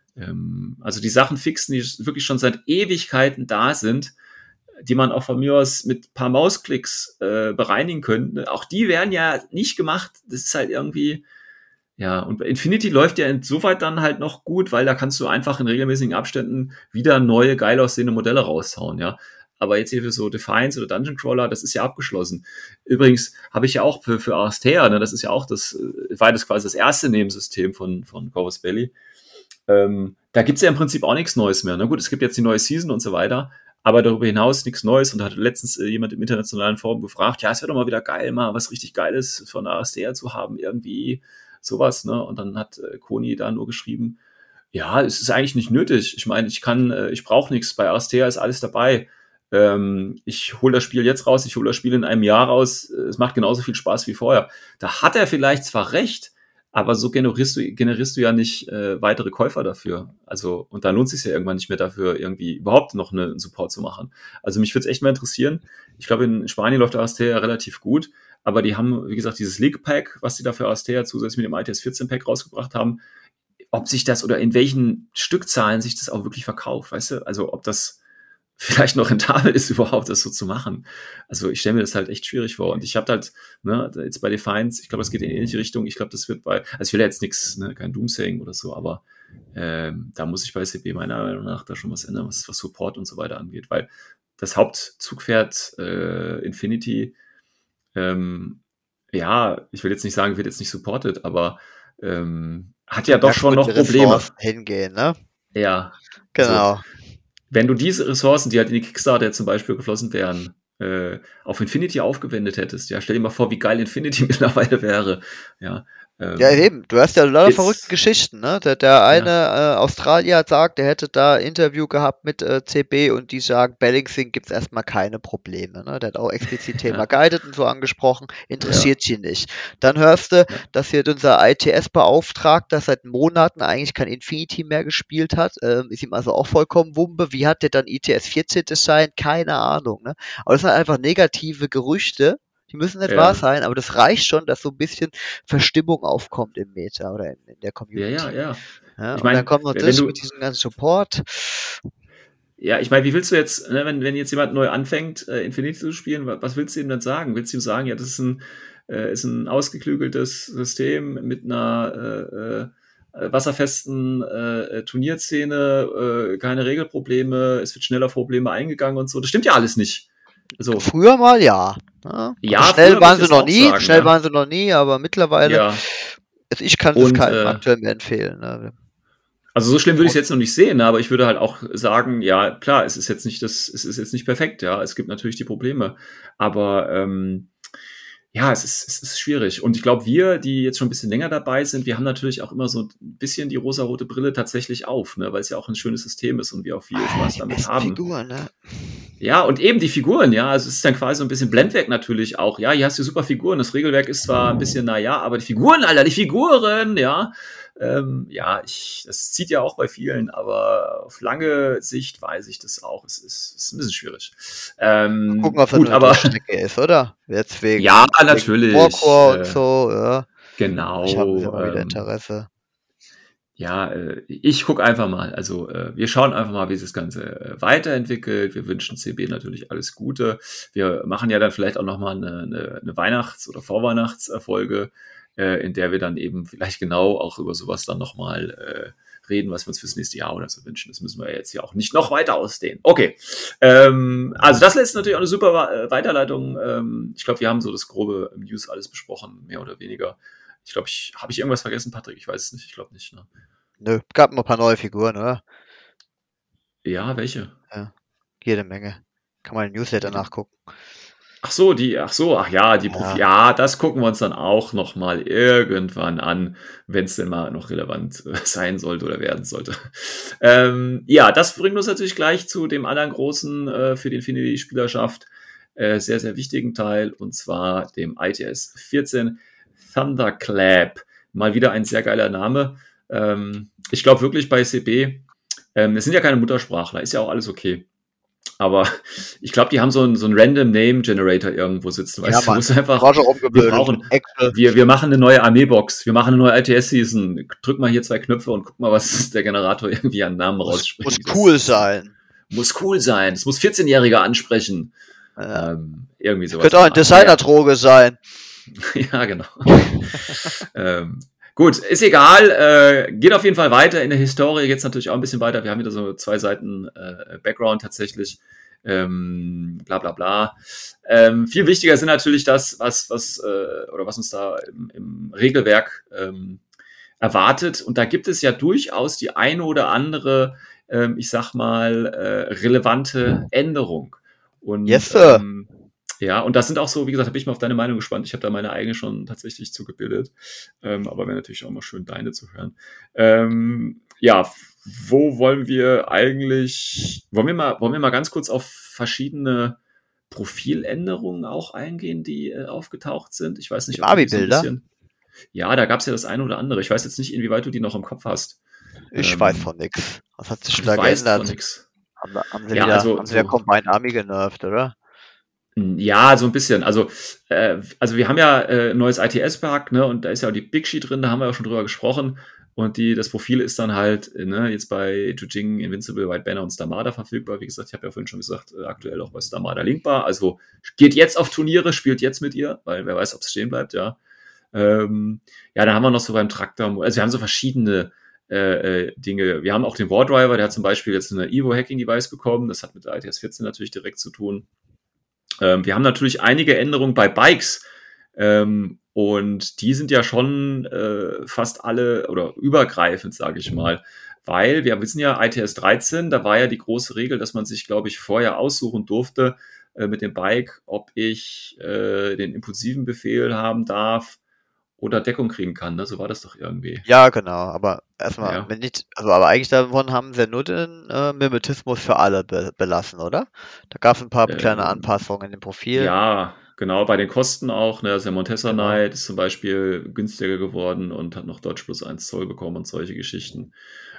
Ähm, also die Sachen fixen, die wirklich schon seit Ewigkeiten da sind, die man auch von mir aus mit ein paar Mausklicks äh, bereinigen könnte. Auch die werden ja nicht gemacht. Das ist halt irgendwie, ja, und bei Infinity läuft ja insoweit dann halt noch gut, weil da kannst du einfach in regelmäßigen Abständen wieder neue, geil aussehende Modelle raushauen, ja. Aber jetzt hier für so Defiance oder Dungeon Crawler, das ist ja abgeschlossen. Übrigens habe ich ja auch für, für Aristea, ne, das ist ja auch das, äh, war das quasi das erste Nebensystem von, von Corvus Belli. Ähm, da gibt's ja im Prinzip auch nichts Neues mehr. Na gut, es gibt jetzt die neue Season und so weiter, aber darüber hinaus nichts Neues. Und da hat letztens äh, jemand im internationalen Forum gefragt, ja, es wäre doch mal wieder geil, mal was richtig Geiles von Aristea zu haben, irgendwie sowas, ne? Und dann hat äh, Koni da nur geschrieben, ja, es ist eigentlich nicht nötig. Ich meine, ich kann, äh, ich brauche nichts. Bei Aristea ist alles dabei. Ähm, ich hole das Spiel jetzt raus, ich hole das Spiel in einem Jahr raus. Es macht genauso viel Spaß wie vorher. Da hat er vielleicht zwar recht, aber so generierst du, generierst du ja nicht äh, weitere Käufer dafür. Also, und da lohnt es sich ja irgendwann nicht mehr dafür, irgendwie überhaupt noch einen Support zu machen. Also mich würde es echt mal interessieren. Ich glaube, in Spanien läuft der Aristea relativ gut, aber die haben, wie gesagt, dieses League-Pack, was die da für Aristea zusätzlich mit dem I T S vierzehn Pack rausgebracht haben, ob sich das oder in welchen Stückzahlen sich das auch wirklich verkauft, weißt du? Also ob das vielleicht noch rentabel ist, überhaupt das so zu machen. Also ich stelle mir das halt echt schwierig vor. Und ich habe halt, ne, jetzt bei Defiance, ich glaube, das geht in ähnliche Richtung. Ich glaube, das wird bei, also ich will ja jetzt nichts, ne, kein Doomsaying oder so, aber ähm, da muss ich bei C B meiner Meinung nach da schon was ändern, was, was Support und so weiter angeht, weil das Hauptzugpferd äh, Infinity, ähm, ja, ich will jetzt nicht sagen, wird jetzt nicht supported, aber ähm, hat ja doch ja schon gut, noch die Probleme. Ressourcen hingehen, ne? Ja, also Genau. wenn du diese Ressourcen, die halt in die Kickstarter jetzt zum Beispiel geflossen wären, äh, auf Infinity aufgewendet hättest, ja, stell dir mal vor, wie geil Infinity mittlerweile wäre. Ja, Ja, ähm, eben. Du hast ja lauter jetzt, verrückte Geschichten, ne? Der, der eine ja, äh, Australier hat sagt, der hätte da Interview gehabt mit äh, C B und die sagen, Balancing gibt's erstmal keine Probleme, ne? Der hat auch explizit Thema ja, Guided und so angesprochen, interessiert ja, sie nicht. Dann hörst du, ja, dass hier unser I T S-Beauftragter seit Monaten eigentlich kein Infinity mehr gespielt hat, ähm, ist ihm also auch vollkommen Wumpe. Wie hat der dann I T S vierzehn designt? Keine Ahnung, ne? Aber das sind einfach negative Gerüchte. Die müssen nicht wahr ja, sein, aber das reicht schon, dass so ein bisschen Verstimmung aufkommt im Meta oder in, in der ja, ja, Community. ja. Ja, Ich und dann meine, kommt noch wenn das du, mit diesem ganzen Support. ja, ich meine, wie willst du jetzt, ne, wenn, wenn jetzt jemand neu anfängt, äh, Infinity zu spielen, wa- was willst du ihm dann sagen? Willst du ihm sagen, ja, das ist ein, äh, ist ein ausgeklügeltes System mit einer äh, äh, wasserfesten äh, Turnierszene, äh, keine Regelprobleme, es wird schnell auf Probleme eingegangen und so. Das stimmt ja alles nicht. Also, Früher mal ja. Ja, also ja, schnell früher würde ich waren sie das noch auch nie, sagen, schnell ja. waren sie noch nie, aber mittlerweile, Ja. also ich kann es Und keinem äh, aktuell mehr empfehlen. Ne? also so schlimm würde ich es jetzt noch nicht sehen, ne, aber ich würde halt auch sagen, ja, klar, es ist jetzt nicht das, es ist jetzt nicht perfekt, ja. Es gibt natürlich die Probleme. Aber ähm, ja, es ist, es ist schwierig. Und ich glaube, wir, die jetzt schon ein bisschen länger dabei sind, wir haben natürlich auch immer so ein bisschen die rosarote Brille tatsächlich auf, ne, weil es ja auch ein schönes System ist und wir auch viel Ah, Spaß die damit besten haben. Figuren, ne? Ja, und eben die Figuren, ja, also es ist dann quasi so ein bisschen Blendwerk natürlich auch. Ja, hier hast du super Figuren. Das Regelwerk ist zwar ein bisschen, na ja, aber die Figuren, Alter, die Figuren, ja. Ähm, ja, ich, das zieht ja auch bei vielen, aber auf lange Sicht weiß ich das auch. Es ist, es ist ein bisschen schwierig. Mal gucken, Ähm, ob das gut, eine aber Durchstrecke ist, oder? Jetzt ja, wegen, wegen natürlich. Morcor und Äh, so, ja. Ich habe genau. immer wieder Ähm, Interesse. ja, äh, ich gucke einfach mal. Also äh, wir schauen einfach mal, wie sich das Ganze äh, weiterentwickelt. Wir wünschen C B natürlich alles Gute. Wir machen ja dann vielleicht auch nochmal eine, eine, eine Weihnachts- oder Vorweihnachtserfolge, äh, in der wir dann eben vielleicht genau auch über sowas dann nochmal äh, reden, was wir uns fürs nächste Jahr oder so wünschen. Das müssen wir jetzt ja auch nicht noch weiter ausdehnen. Okay, ähm, also das ist natürlich auch eine super Weiterleitung. Ähm, ich glaube, wir haben so das grobe News alles besprochen, mehr oder weniger. Ich glaube, ich habe ich irgendwas vergessen, Patrick? Ich weiß es nicht. Ich glaube nicht. Ne? Nö, gab noch ein paar neue Figuren, oder? Ja, welche? Ja, jede Menge. Kann man im Newsletter Jede- nachgucken. Ach so, die, ach so, ach ja, die Profil. Ja, das gucken wir uns dann auch noch mal irgendwann an, wenn es denn mal noch relevant äh, sein sollte oder werden sollte. Ähm, ja, das bringt uns natürlich gleich zu dem anderen großen äh, für die Infinity-Spielerschaft äh, sehr, sehr wichtigen Teil, und zwar dem I T S vierzehn Thunderclap. Mal wieder ein sehr geiler Name. Ähm, ich glaube wirklich bei C B, ähm, es sind ja keine Muttersprachler, ist ja auch alles okay. Aber ich glaube, die haben so einen so einen Random Name Generator irgendwo sitzen, Ja, weißt du, wo Mann. es einfach, War schon wir umgebildet. brauchen, Excel. wir, wir machen eine neue Armeebox, wir machen eine neue I T S-Season, drück mal hier zwei Knöpfe und guck mal, was der Generator irgendwie an Namen Muss, rausspringt. muss Das- cool das sein. Muss cool sein, es muss vierzehn-Jährige ansprechen. Ja. Ähm, irgendwie sowas. Könnte auch ein Designerdroge sein. Ja, genau. ähm, gut, ist egal. Äh, geht auf jeden Fall weiter. In der Historie geht es natürlich auch ein bisschen weiter. Wir haben wieder so zwei Seiten äh, Background tatsächlich. Ähm, bla bla bla. Ähm, viel wichtiger sind natürlich das, was, was, äh, oder was uns da im, im Regelwerk ähm, erwartet. Und da gibt es ja durchaus die eine oder andere, ähm, ich sag mal, äh, relevante Änderung. Und Yes, sir. ähm, ja, und das sind auch so, wie gesagt, da bin ich mal auf deine Meinung gespannt. Ich habe da meine eigene schon tatsächlich zugebildet. Ähm, aber wäre natürlich auch mal schön, deine zu hören. Ähm, ja, wo wollen wir eigentlich, wollen wir mal, wollen wir mal ganz kurz auf verschiedene Profiländerungen auch eingehen, die äh, aufgetaucht sind? Ich weiß nicht, Die ob du die so ein Barbie-Bilder? bisschen. Ja, da gab es ja das eine oder andere. Ich weiß jetzt nicht, inwieweit du die noch im Kopf hast. Ich Ähm, weiß von nix. Was hat sich Du da weißt von geändert? nix. Haben, wir- haben sie Ja, wieder, also haben sie wieder so. Combined Army genervt, oder? Ja, so ein bisschen. Also, äh, also wir haben ja äh, ein neues I T S-Pack, ne, und da ist ja auch die Big Sheet drin, da haben wir auch schon drüber gesprochen. Und die, das Profil ist dann halt äh, ne, jetzt bei Jujing, Invincible, White Banner und Starmada verfügbar. Wie gesagt, ich habe ja vorhin schon gesagt, äh, aktuell auch bei Starmada linkbar. Also geht jetzt auf Turniere, spielt jetzt mit ihr, weil wer weiß, ob es stehen bleibt, ja. Ähm, ja, dann haben wir noch so beim Traktor, also wir haben so verschiedene äh, äh, Dinge. Wir haben auch den Wardriver, der hat zum Beispiel jetzt eine Evo-Hacking-Device bekommen. Das hat mit der I T S vierzehn natürlich direkt zu tun. Ähm, wir haben natürlich einige Änderungen bei Bikes. Ähm, und die sind ja schon äh, fast alle oder übergreifend, sage ich mal. Weil wir wissen ja, I T S dreizehn, da war ja die große Regel, dass man sich, glaube ich, vorher aussuchen durfte äh, mit dem Bike, ob ich äh, den impulsiven Befehl haben darf oder Deckung kriegen kann. Ne? So war das doch irgendwie. Ja, genau. Aber erstmal, Ja. wenn nicht, also aber eigentlich davon haben sie nur den äh, Mimetismus für alle be belassen, oder? Da gab es ein paar kleine Ähm, Anpassungen in dem Profil. Ja, genau, bei den Kosten auch. Ne? Also der Montesa Genau. Knight ist zum Beispiel günstiger geworden und hat noch Dodge plus eins Zoll bekommen und solche Geschichten.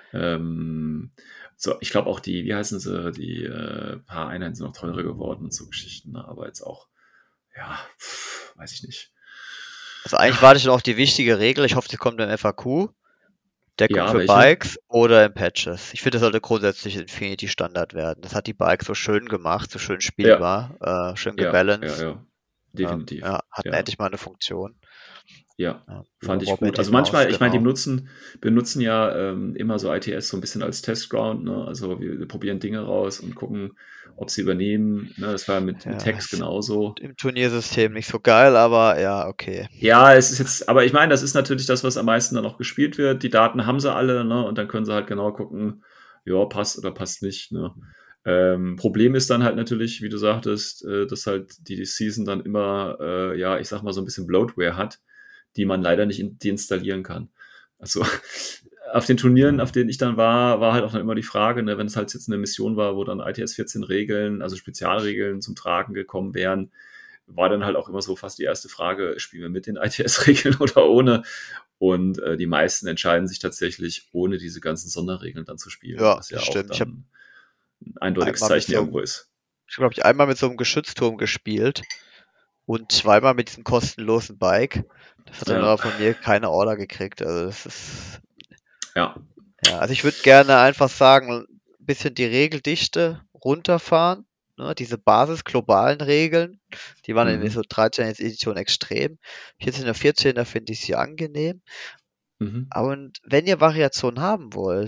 Ähm, so, ich glaube auch die, wie heißen sie, die äh, paar Einheiten sind noch teurer geworden und so Geschichten. Ne? Aber jetzt auch, ja, pff, weiß ich nicht. Also eigentlich warte ich noch auf die wichtige Regel. Ich hoffe, sie kommt im F A Q. Deckung Ja, für welche? Bikes oder in Patches. Ich finde, das sollte grundsätzlich Infinity Standard werden. Das hat die Bikes so schön gemacht, so schön spielbar, äh, schön Ja, ja, gebalanced. ja, Ähm, definitiv. ja, hat Ja. endlich mal eine Funktion. Ja, Ja, fand ich Rob gut. Andy Also manchmal, Maus, ich meine, die genau. benutzen, benutzen ja ähm, immer so I T S so ein bisschen als Testground, ne? Also wir, wir probieren Dinge raus und gucken, ob sie übernehmen. Ne? Das war mit, Ja, mit Text ist genauso. im Turniersystem nicht so geil, aber ja, okay. Ja, es ist jetzt, aber ich meine, das ist natürlich das, was am meisten dann auch gespielt wird. Die Daten haben sie alle, ne? Und dann können sie halt genau gucken, ja, passt oder passt nicht, ne? Ähm, Problem ist dann halt natürlich, wie du sagtest, äh, dass halt die, die Season dann immer, äh, ja, ich sag mal, so ein bisschen Bloatware hat, die man leider nicht in, deinstallieren kann. Also auf den Turnieren, auf denen ich dann war, war halt auch dann immer die Frage, ne, wenn es halt jetzt eine Mission war, wo dann I T S vierzehn Regeln, also Spezialregeln zum Tragen gekommen wären, war dann halt auch immer so fast die erste Frage, spielen wir mit den I T S-Regeln oder ohne? Und äh, die meisten entscheiden sich tatsächlich, ohne diese ganzen Sonderregeln dann zu spielen, Ja, was ja das auch stimmt. Ich habe dann ein eindeutiges einmal mit Zeichen so irgendwo einem, ist. ich glaube, ich einmal mit so einem Geschützturm gespielt und zweimal mit diesem kostenlosen Bike. Das hat dann Ja. aber von mir keine Order gekriegt. Also das ist, Ja, ja, also ich würde gerne einfach sagen, ein bisschen die Regeldichte runterfahren. Ne, diese Basis globalen Regeln, die waren in Mhm. so dreizehner Edition extrem. Jetzt in der vierzehner finde ich sie angenehm. mhm. Und wenn ihr Variationen haben wollt,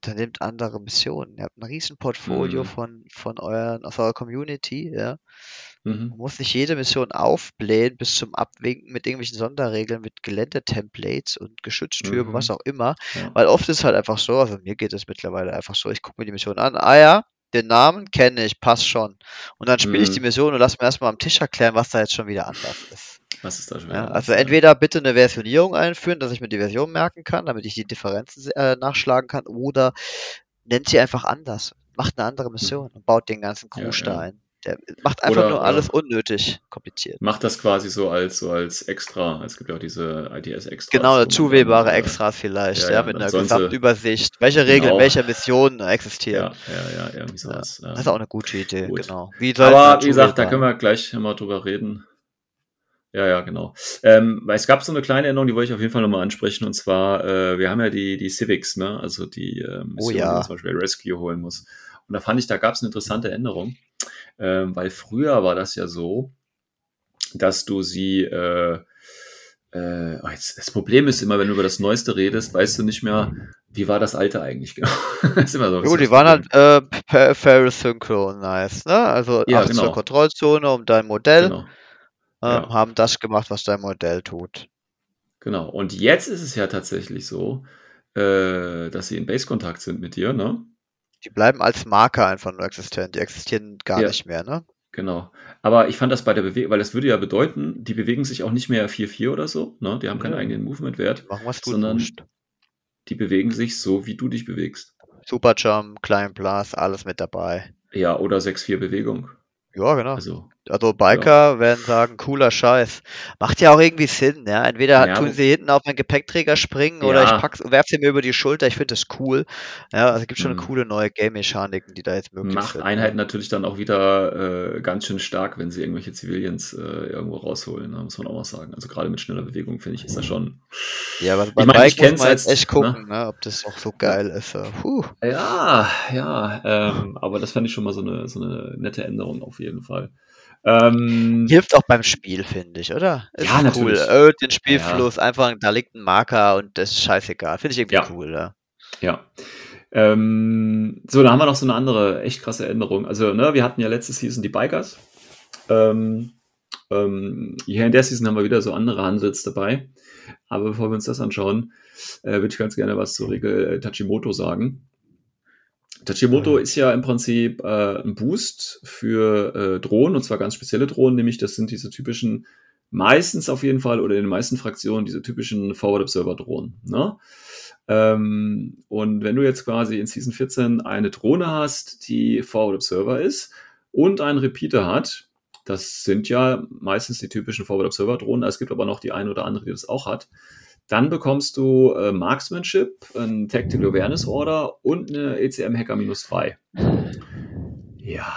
dann nehmt andere Missionen. Ihr habt ein riesen Portfolio Mhm. von, von euren, aus eurer Community, ja. Man Mhm. muss nicht jede Mission aufblähen bis zum Abwinken mit irgendwelchen Sonderregeln, mit Geländetemplates und Geschütztürmen, was Mhm. auch immer. Ja. Weil oft ist halt einfach so, also mir geht es mittlerweile einfach so, ich gucke mir die Mission an, ah ja, den Namen kenne ich, passt schon. Und dann spiele ich die Mhm. Mission und lass mir erstmal am Tisch erklären, was da jetzt schon wieder anders ist. Was ist da schon Ja, wieder also anders? Ja. entweder bitte eine Versionierung einführen, dass ich mir die Version merken kann, damit ich die Differenzen äh, nachschlagen kann, oder nennt sie einfach anders. Macht eine andere Mhm. Mission und baut den ganzen Ja, Krusch da ja. ein. Der macht einfach Oder, nur alles oder unnötig kompliziert. macht das quasi so als, so als Extra. Es gibt ja auch diese I D S-Extras, Genau, wo man dann, zuwählbare äh, Extras vielleicht, ja, ja, ja, mit dann einer sollen sie, Gesamtübersicht, welche Regeln, genau, welche Missionen existieren. ja, ja, ja, irgendwie Ja, sowas. das ist auch Ähm, eine gute Idee, gut. genau. Wie soll man Aber wie gesagt, da zuwählbar? können wir gleich mal drüber reden. Ja, ja, genau. Ähm, weil es gab so eine kleine Änderung, die wollte ich auf jeden Fall nochmal ansprechen. Und zwar, äh, wir haben ja die, die Civics, ne? Also die äh, Oh Mission, die man ja. zum Beispiel bei Rescue holen muss. Und da fand ich, da gab es eine interessante Änderung. Ähm, weil früher war das ja so, dass du sie, äh, äh, oh, jetzt, das Problem ist immer, wenn du über das Neueste redest, weißt du nicht mehr, wie war das Alte eigentlich genau. Das ist immer so ein Jo, bisschen die das waren Problem. halt äh, per Fair Synchronized, ne? Also Ja, achtzig genau, Kontrollzone um dein Modell, genau, ähm, ja, haben das gemacht, was dein Modell tut. genau. Und jetzt ist es ja tatsächlich so, äh, dass sie in Base-Kontakt sind mit dir, ne? Die bleiben als Marker einfach nur existent, die existieren gar Ja, nicht mehr, ne? genau. Aber ich fand das bei der Bewegung, weil das würde ja bedeuten, die bewegen sich auch nicht mehr vier vier oder so, ne? Die haben keinen Nö, eigenen die Movement-Wert, machen, was du sondern tust. die bewegen sich so, wie du dich bewegst. Superjump, Climb Blast, alles mit dabei. Ja, oder sechs vier Bewegung. Ja, genau. Also, Also ja. Biker werden sagen, cooler Scheiß. Macht ja auch irgendwie Sinn, ja. Entweder Ja, tun wo, sie hinten auf meinen Gepäckträger springen oder ich ja, pack's, werf sie mir über die Schulter. Ich finde das cool. Ja, also es gibt schon mh, coole neue Game-Mechaniken, die da jetzt möglich macht sind, Einheiten ne? natürlich dann auch wieder äh, ganz schön stark, wenn sie irgendwelche Civilians äh, irgendwo rausholen, ne? Muss man auch mal sagen. Also gerade mit schneller Bewegung, finde ich, ist das schon. Ja, aber Ich beim meine, ich Bike muss kenne es man jetzt echt als, ne? gucken, ne, ob das auch so Ja, geil ist. äh, Puh. ja, ja, ähm, aber das fand ich schon mal so eine, so eine nette Änderung auf jeden Fall. Ähm, Hilft auch beim Spiel, finde ich, oder? Es ja, ist cool. natürlich. Erhöht den Ja, Spielfluss, einfach, da liegt ein Marker und das ist scheißegal. Finde ich irgendwie ja, cool, ja. ja. Ähm, so, dann haben wir noch so eine andere echt krasse Änderung. Also, ne, wir hatten ja letzte Season die Bikers. Ähm, ähm, hier in der Season haben wir wieder so andere Hansels dabei. Aber bevor wir uns das anschauen, äh, würde ich ganz gerne was zur Regel äh, Tachimoto sagen. Tachimoto ist ja im Prinzip äh, ein Boost für äh, Drohnen, und zwar ganz spezielle Drohnen, nämlich das sind diese typischen, meistens auf jeden Fall oder in den meisten Fraktionen, diese typischen Forward Observer Drohnen. Ne? Ähm, und wenn du jetzt quasi in Season vierzehn eine Drohne hast, die Forward Observer ist und einen Repeater hat, das sind ja meistens die typischen Forward Observer Drohnen, es gibt aber noch die eine oder andere, die das auch hat, dann bekommst du äh, Marksmanship, ein Tactical Awareness Order und eine E C M Hacker minus drei. Ja.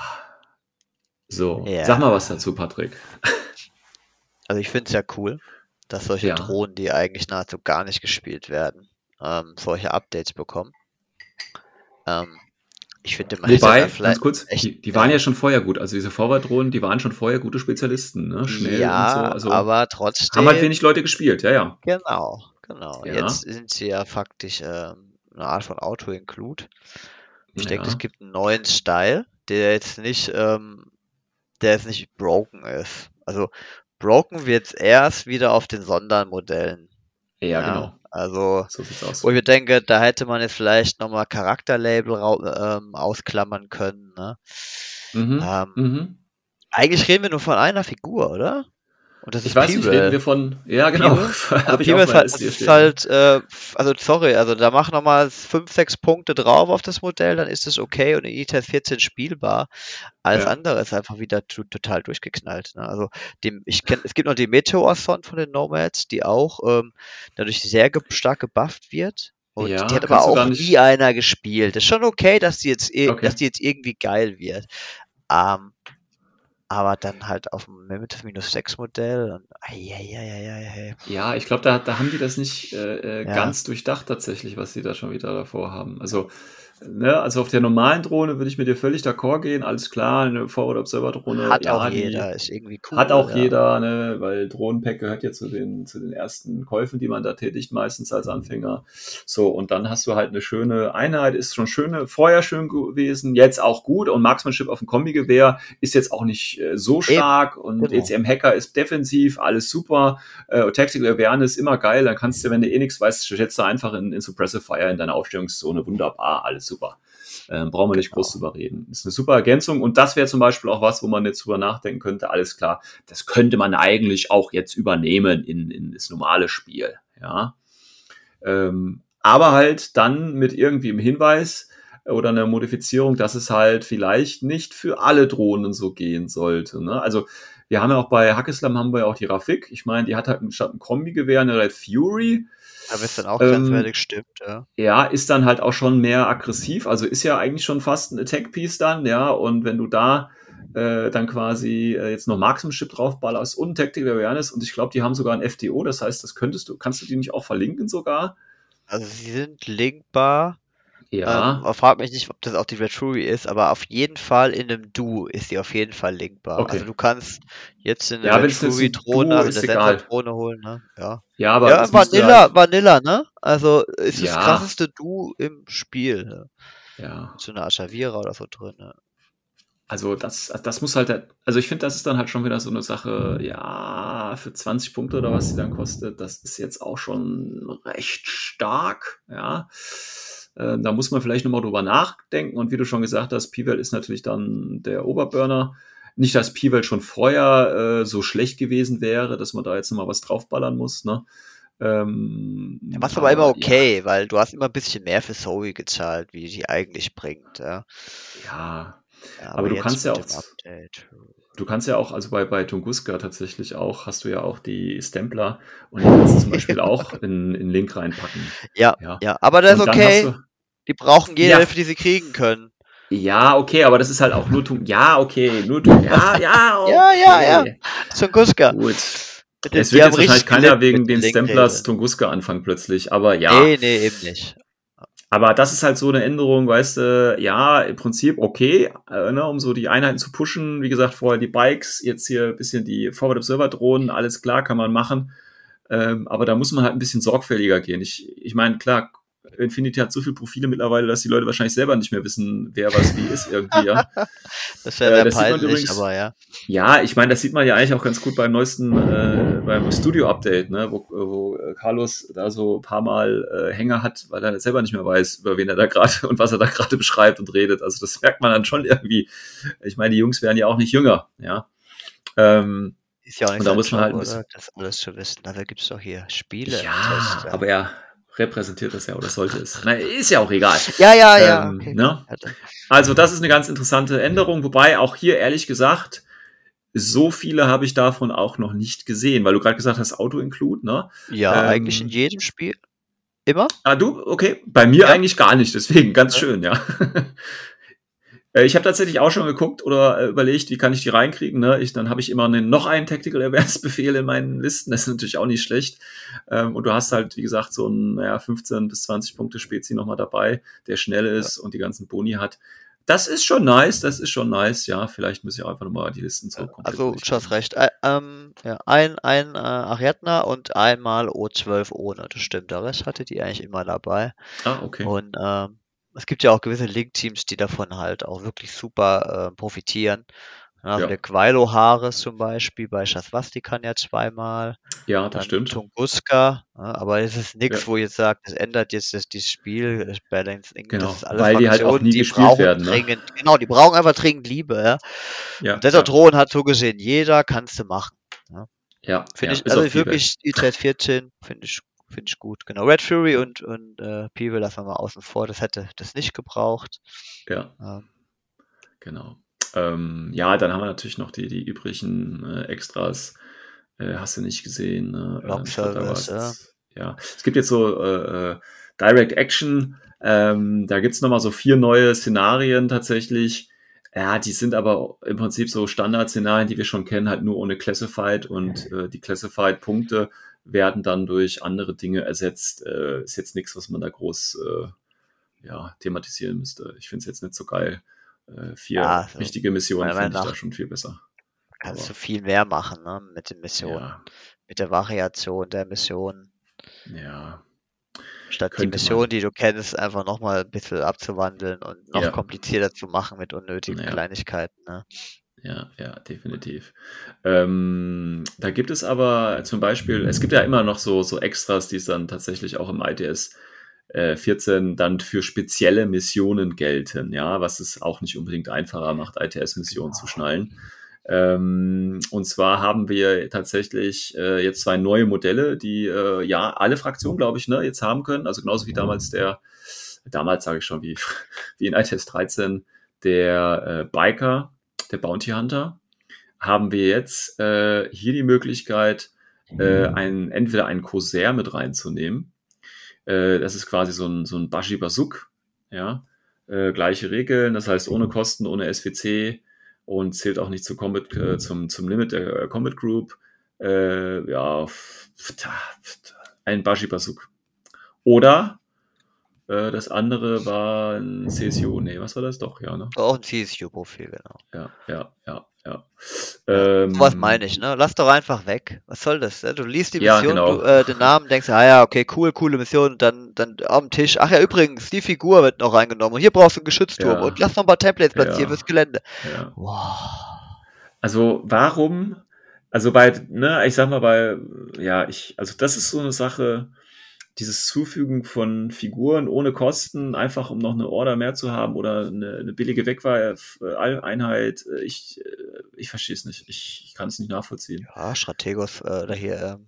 So, sag mal was Ja. dazu, Patrick. Also ich finde es ja cool, dass solche Ja. Drohnen, die eigentlich nahezu gar nicht gespielt werden, ähm, solche Updates bekommen. Ähm, ich finde, man hätte Wobei, da vielleicht ganz kurz, echt, die, die waren ja ja, schon vorher gut. Also diese Forward-Drohnen, die waren schon vorher gute Spezialisten, ne? Schnell und so. ja, Also aber haben halt trotzdem, wenig Leute gespielt, ja, ja. genau, genau. Jetzt Ja, sind sie ja faktisch ähm, eine Art von Auto-Include. Ich denke, es ja. gibt einen neuen Style, der jetzt nicht, ähm, der jetzt nicht broken ist. Also broken wird erst wieder auf den Sondermodellen. Ja, Ja, genau. also So sieht's wo aus. ich mir denke, da hätte man jetzt vielleicht nochmal Charakterlabel rau- ähm, ausklammern können. Ne? Mhm, Ähm, mhm. eigentlich reden wir nur von einer Figur, oder? Und das Ich ist weiß nicht, reden wir Pearl. von. Ja, genau. Pearl? Also Habe ich Pearl auf ist meiner halt, das Liste hier ist stehen. Ja. halt, äh, f- also sorry, also da mach nochmal fünf, sechs Punkte drauf auf das Modell, dann ist es okay und in E T S vierzehn spielbar. Alles Ja. andere ist einfach wieder to total durchgeknallt. Ne? Also dem, ich kenn, es gibt noch die Meteor-Son von den Nomads, die auch ähm, dadurch sehr ge stark gebufft wird. Und die Ja, hat aber kannst du da auch nie nicht. einer gespielt. Ist schon okay, dass die jetzt, eh- dass Okay. die jetzt irgendwie geil wird. Ähm, aber dann halt auf dem Limited minus sechs Modell und eieieiei. Ja, ich glaube, da, da haben die das nicht äh, äh, Ja, ganz durchdacht tatsächlich, was sie da schon wieder davor haben. Also, ne, also auf der normalen Drohne würde ich mit dir völlig d'accord gehen, alles klar, eine Forward-Observer-Drohne, Hat ja, auch die jeder, ist irgendwie cool. hat auch ja. jeder, ne, weil Drohnenpack gehört ja zu den, zu den ersten Käufen, die man da tätigt, meistens als Anfänger. So, und dann hast du halt eine schöne Einheit, ist schon schöne, vorher schön gewesen, jetzt auch gut, und Marksmanship auf dem Kombigewehr ist jetzt auch nicht äh, so stark, und genau. E C M-Hacker ist defensiv, alles super, äh, Tactical Awareness immer geil, dann kannst du, wenn du eh nichts weißt, setzt du einfach in, in Suppressive Fire in deiner Aufstellungszone, wunderbar, alles super. Ähm, brauchen wir nicht Genau. groß drüber reden. Ist eine super Ergänzung, und das wäre zum Beispiel auch was, wo man jetzt drüber nachdenken könnte, alles klar, das könnte man eigentlich auch jetzt übernehmen in, in das normale Spiel, ja. Ähm, aber halt dann mit irgendwie im Hinweis oder einer Modifizierung, dass es halt vielleicht nicht für alle Drohnen so gehen sollte, ne? Also wir haben ja auch bei Hackeslam haben wir ja auch die Rafik. Ich meine, die hat halt statt ein Kombigewehr eine Red Fury. Aber ist dann auch Ähm, grenzwertig, stimmt, ja. Ja, ist dann halt auch schon mehr aggressiv, also ist ja eigentlich schon fast ein Attack-Piece dann, ja, und wenn du da äh, dann quasi äh, jetzt noch Marksmanship draufballerst und Tactical Awareness, und ich glaube, die haben sogar ein F T O, das heißt, das könntest du, kannst du die nicht auch verlinken sogar? Also sie sind linkbar. Ja, Ähm, frag mich nicht, ob das auch die Red Fury ist, aber auf jeden Fall in einem Duo ist sie auf jeden Fall linkbar. okay. Also du kannst jetzt eine Ja, Red wenn's jetzt Fury ein Drohne, Duo also ist, eine egal. Sensor-Drohne holen, ne? Ja. Ja, aber Ja, es müsste Vanilla, halt, Vanilla, ne? Also ist das ja, krasseste Duo im Spiel, ne? ja. Mit so einer Ashavira oder so drin, ne? Also das, das muss halt, also ich finde, das ist dann halt schon wieder so eine Sache, ja, für zwanzig Punkte oder was die dann kostet, das ist jetzt auch schon recht stark, ja. Ähm, da muss man vielleicht nochmal drüber nachdenken, und wie du schon gesagt hast, P-Welt ist natürlich dann der Oberburner. Nicht, dass P-Welt schon vorher äh, so schlecht gewesen wäre, dass man da jetzt nochmal was draufballern muss, ne? Ähm, Ja, was aber immer aber okay, weil du hast immer ein bisschen mehr für Zoe gezahlt, wie die eigentlich bringt, ja. ja, Ja, aber aber du jetzt kannst ja mit auch, dem Update. du kannst ja auch, also bei, bei Tunguska tatsächlich auch, hast du ja auch die Stempler, und die kannst du zum Beispiel auch in, in Link reinpacken. Ja, Ja. ja, aber das ist Und dann hast okay. du, Die brauchen jede ja, Hilfe, die sie kriegen können. ja, okay, aber das ist halt auch nur Tung, ja, okay, nur Tung, ja, ja, Ja, ja, ja. okay. Tunguska. Gut. Mit den, Es die wird haben jetzt richtig wahrscheinlich keiner gelitten wegen mit den den Stemplers Linkregeln. Tunguska anfangen plötzlich, aber ja. Nee, nee, eben nicht. Aber das ist halt so eine Änderung, weißt du, ja, im Prinzip okay, äh, ne, um so die Einheiten zu pushen. Wie gesagt, vorher die Bikes, jetzt hier ein bisschen die Forward Observer Drohnen, alles klar, kann man machen. Ähm, aber da muss man halt ein bisschen sorgfältiger gehen. Ich, ich meine, klar, Infinity hat so viele Profile mittlerweile, dass die Leute wahrscheinlich selber nicht mehr wissen, wer was wie ist irgendwie, ja. Das wäre Äh, sehr das sieht man peinlich, übrigens, aber ja. ja, ich meine, das sieht man ja eigentlich auch ganz gut beim neuesten, äh, beim Studio-Update, ne, wo, wo Carlos da so ein paar Mal äh, Hänger hat, weil er selber nicht mehr weiß, über wen er da gerade und was er da gerade beschreibt und redet. Also das merkt man dann schon irgendwie. Ich meine, die Jungs werden ja auch nicht jünger, ja. Ähm, Ist ja auch nicht und da sein muss man Job, halt ein bisschen, oder? Das alles zu wissen. Dafür gibt es doch hier Spiele. ja, Tester. aber er repräsentiert das ja oder sollte es. Na, ist ja auch egal. Ja, ja, ja. Ähm, Okay. ne? Hatte. Also das ist eine ganz interessante Änderung, wobei auch hier ehrlich gesagt, so viele habe ich davon auch noch nicht gesehen, weil du gerade gesagt hast, Auto-Include, ne? Ja, Ähm, eigentlich in jedem Spiel. Immer? Ah, du? Okay. Bei mir Ja. eigentlich gar nicht, deswegen ganz Ja. schön, ja. Äh, Ich habe tatsächlich auch schon geguckt oder äh, überlegt, wie kann ich die reinkriegen. Ne? Ich, dann habe ich immer einen, noch einen Tactical Awareness Befehl in meinen Listen. Das ist natürlich auch nicht schlecht. Ähm, und du hast halt, wie gesagt, so ein naja, fünfzehn bis zwanzig Punkte Spezi nochmal dabei, der schnell ist und die ganzen Boni hat. Das ist schon nice, das ist schon nice. Ja, vielleicht muss ich auch einfach nochmal die Listen so komplett Also, du durchgehen. hast recht. Ä- ähm, ja, ein, ein äh, Ariadna und einmal O zwölf ohne. Das stimmt. Der Rest hatte die eigentlich immer dabei. Ah, okay. Und ähm, es gibt ja auch gewisse Link-Teams, die davon halt auch wirklich super äh, profitieren. Also Ja. der Quailo Hares zum Beispiel bei Shaswasti kann ja zweimal. Ja, das Dann stimmt. Tunguska. Ja, aber es ist nichts, Ja. wo jetzt sagt, das ändert jetzt das, dieses Spiel, das Balancing. Genau, Das ist alles weil die halt auch Fraktionen, nie die gespielt brauchen werden, ne? dringend, genau, die brauchen einfach dringend Liebe. Ja. Ja, Und deshalb ja, Drohnen hat so gesehen jeder, kannst du machen. Ja. ja, Finde ja, ich, bis also auf ich P-Welt. wirklich die Z vierzehn finde ich, finde ich gut. Genau. Red Fury und, und äh, P-Welt lassen wir mal außen vor, das hätte das nicht gebraucht. Ja, Ähm, genau. Ähm, ja, dann haben wir natürlich noch die, die übrigen äh, Extras. Äh, hast du nicht gesehen? Ne? Long Ähm, ich glaub, da Service, war's- ja. Es gibt jetzt so äh, äh, Direct Action. Ähm, da gibt's noch mal so vier neue Szenarien tatsächlich. Ja, die sind aber im Prinzip so Standard-Szenarien, die wir schon kennen, halt nur ohne Classified. Und äh, die Classified-Punkte werden dann durch andere Dinge ersetzt. Äh, ist jetzt nichts, was man da groß äh, ja, thematisieren müsste. Ich finde es jetzt nicht so geil. Äh, vier Ja, also, wichtige Missionen meiner finde Meinung ich da nach schon viel besser. kannst Aber du viel mehr machen, ne, mit den Missionen, ja, mit der Variation der Missionen. ja, Statt die könnte Mission, man. die du kennst, einfach nochmal ein bisschen abzuwandeln und noch Ja, komplizierter zu machen mit unnötigen ja, Kleinigkeiten. Ne? ja, ja, definitiv. Ähm, da gibt es aber zum Beispiel, es gibt ja immer noch so, so Extras, die es dann tatsächlich auch im I T S äh, vierzehn dann für spezielle Missionen gelten, ja, was es auch nicht unbedingt einfacher macht, I T S-Missionen zu schnallen. Ähm, und zwar haben wir tatsächlich äh, jetzt zwei neue Modelle, die äh, ja alle Fraktionen, glaube ich, ne, jetzt haben können. Also genauso wie damals der, damals sage ich schon, wie, wie in I T S dreizehn, der äh, Biker, der Bounty Hunter, haben wir jetzt äh, hier die Möglichkeit, äh, ein, entweder einen Corsair mit reinzunehmen. Äh, das ist quasi so ein, so ein Bashi Bazuk, ja. Äh, gleiche Regeln, das heißt ohne Kosten, ohne S W C und zählt auch nicht zu Combat, äh, zum, zum Limit der äh, Combat Group. Äh, ja, ein Bashi Bazuk. Oder äh, das andere war ein C S U. Nee, was war das? Doch, ja, ne? Auch ein C S U-Profil, genau. Ja, ja, ja, ja. Ja, sowas Ähm, meine ich, ne? Lass doch einfach weg. Was soll das? Ne? Du liest die ja, Mission, du, genau. äh, den Namen, denkst, ah ja, okay, cool, coole Mission, dann, dann am Tisch. Ach ja, übrigens, die Figur wird noch reingenommen und hier brauchst du einen Geschützturm und Ja, lass noch ein paar Templates platzieren ja, fürs Gelände. ja. Wow. Also warum? Also bei, ne, ich sag mal bei, ja, ich, also das ist so eine Sache, dieses Zufügen von Figuren ohne Kosten, einfach um noch eine Order mehr zu haben oder eine, eine billige Wegeinheit. Ich, äh, ich verstehe es nicht. Ich, ich kann es nicht nachvollziehen. Ja, Strategos, äh, oder hier, ähm,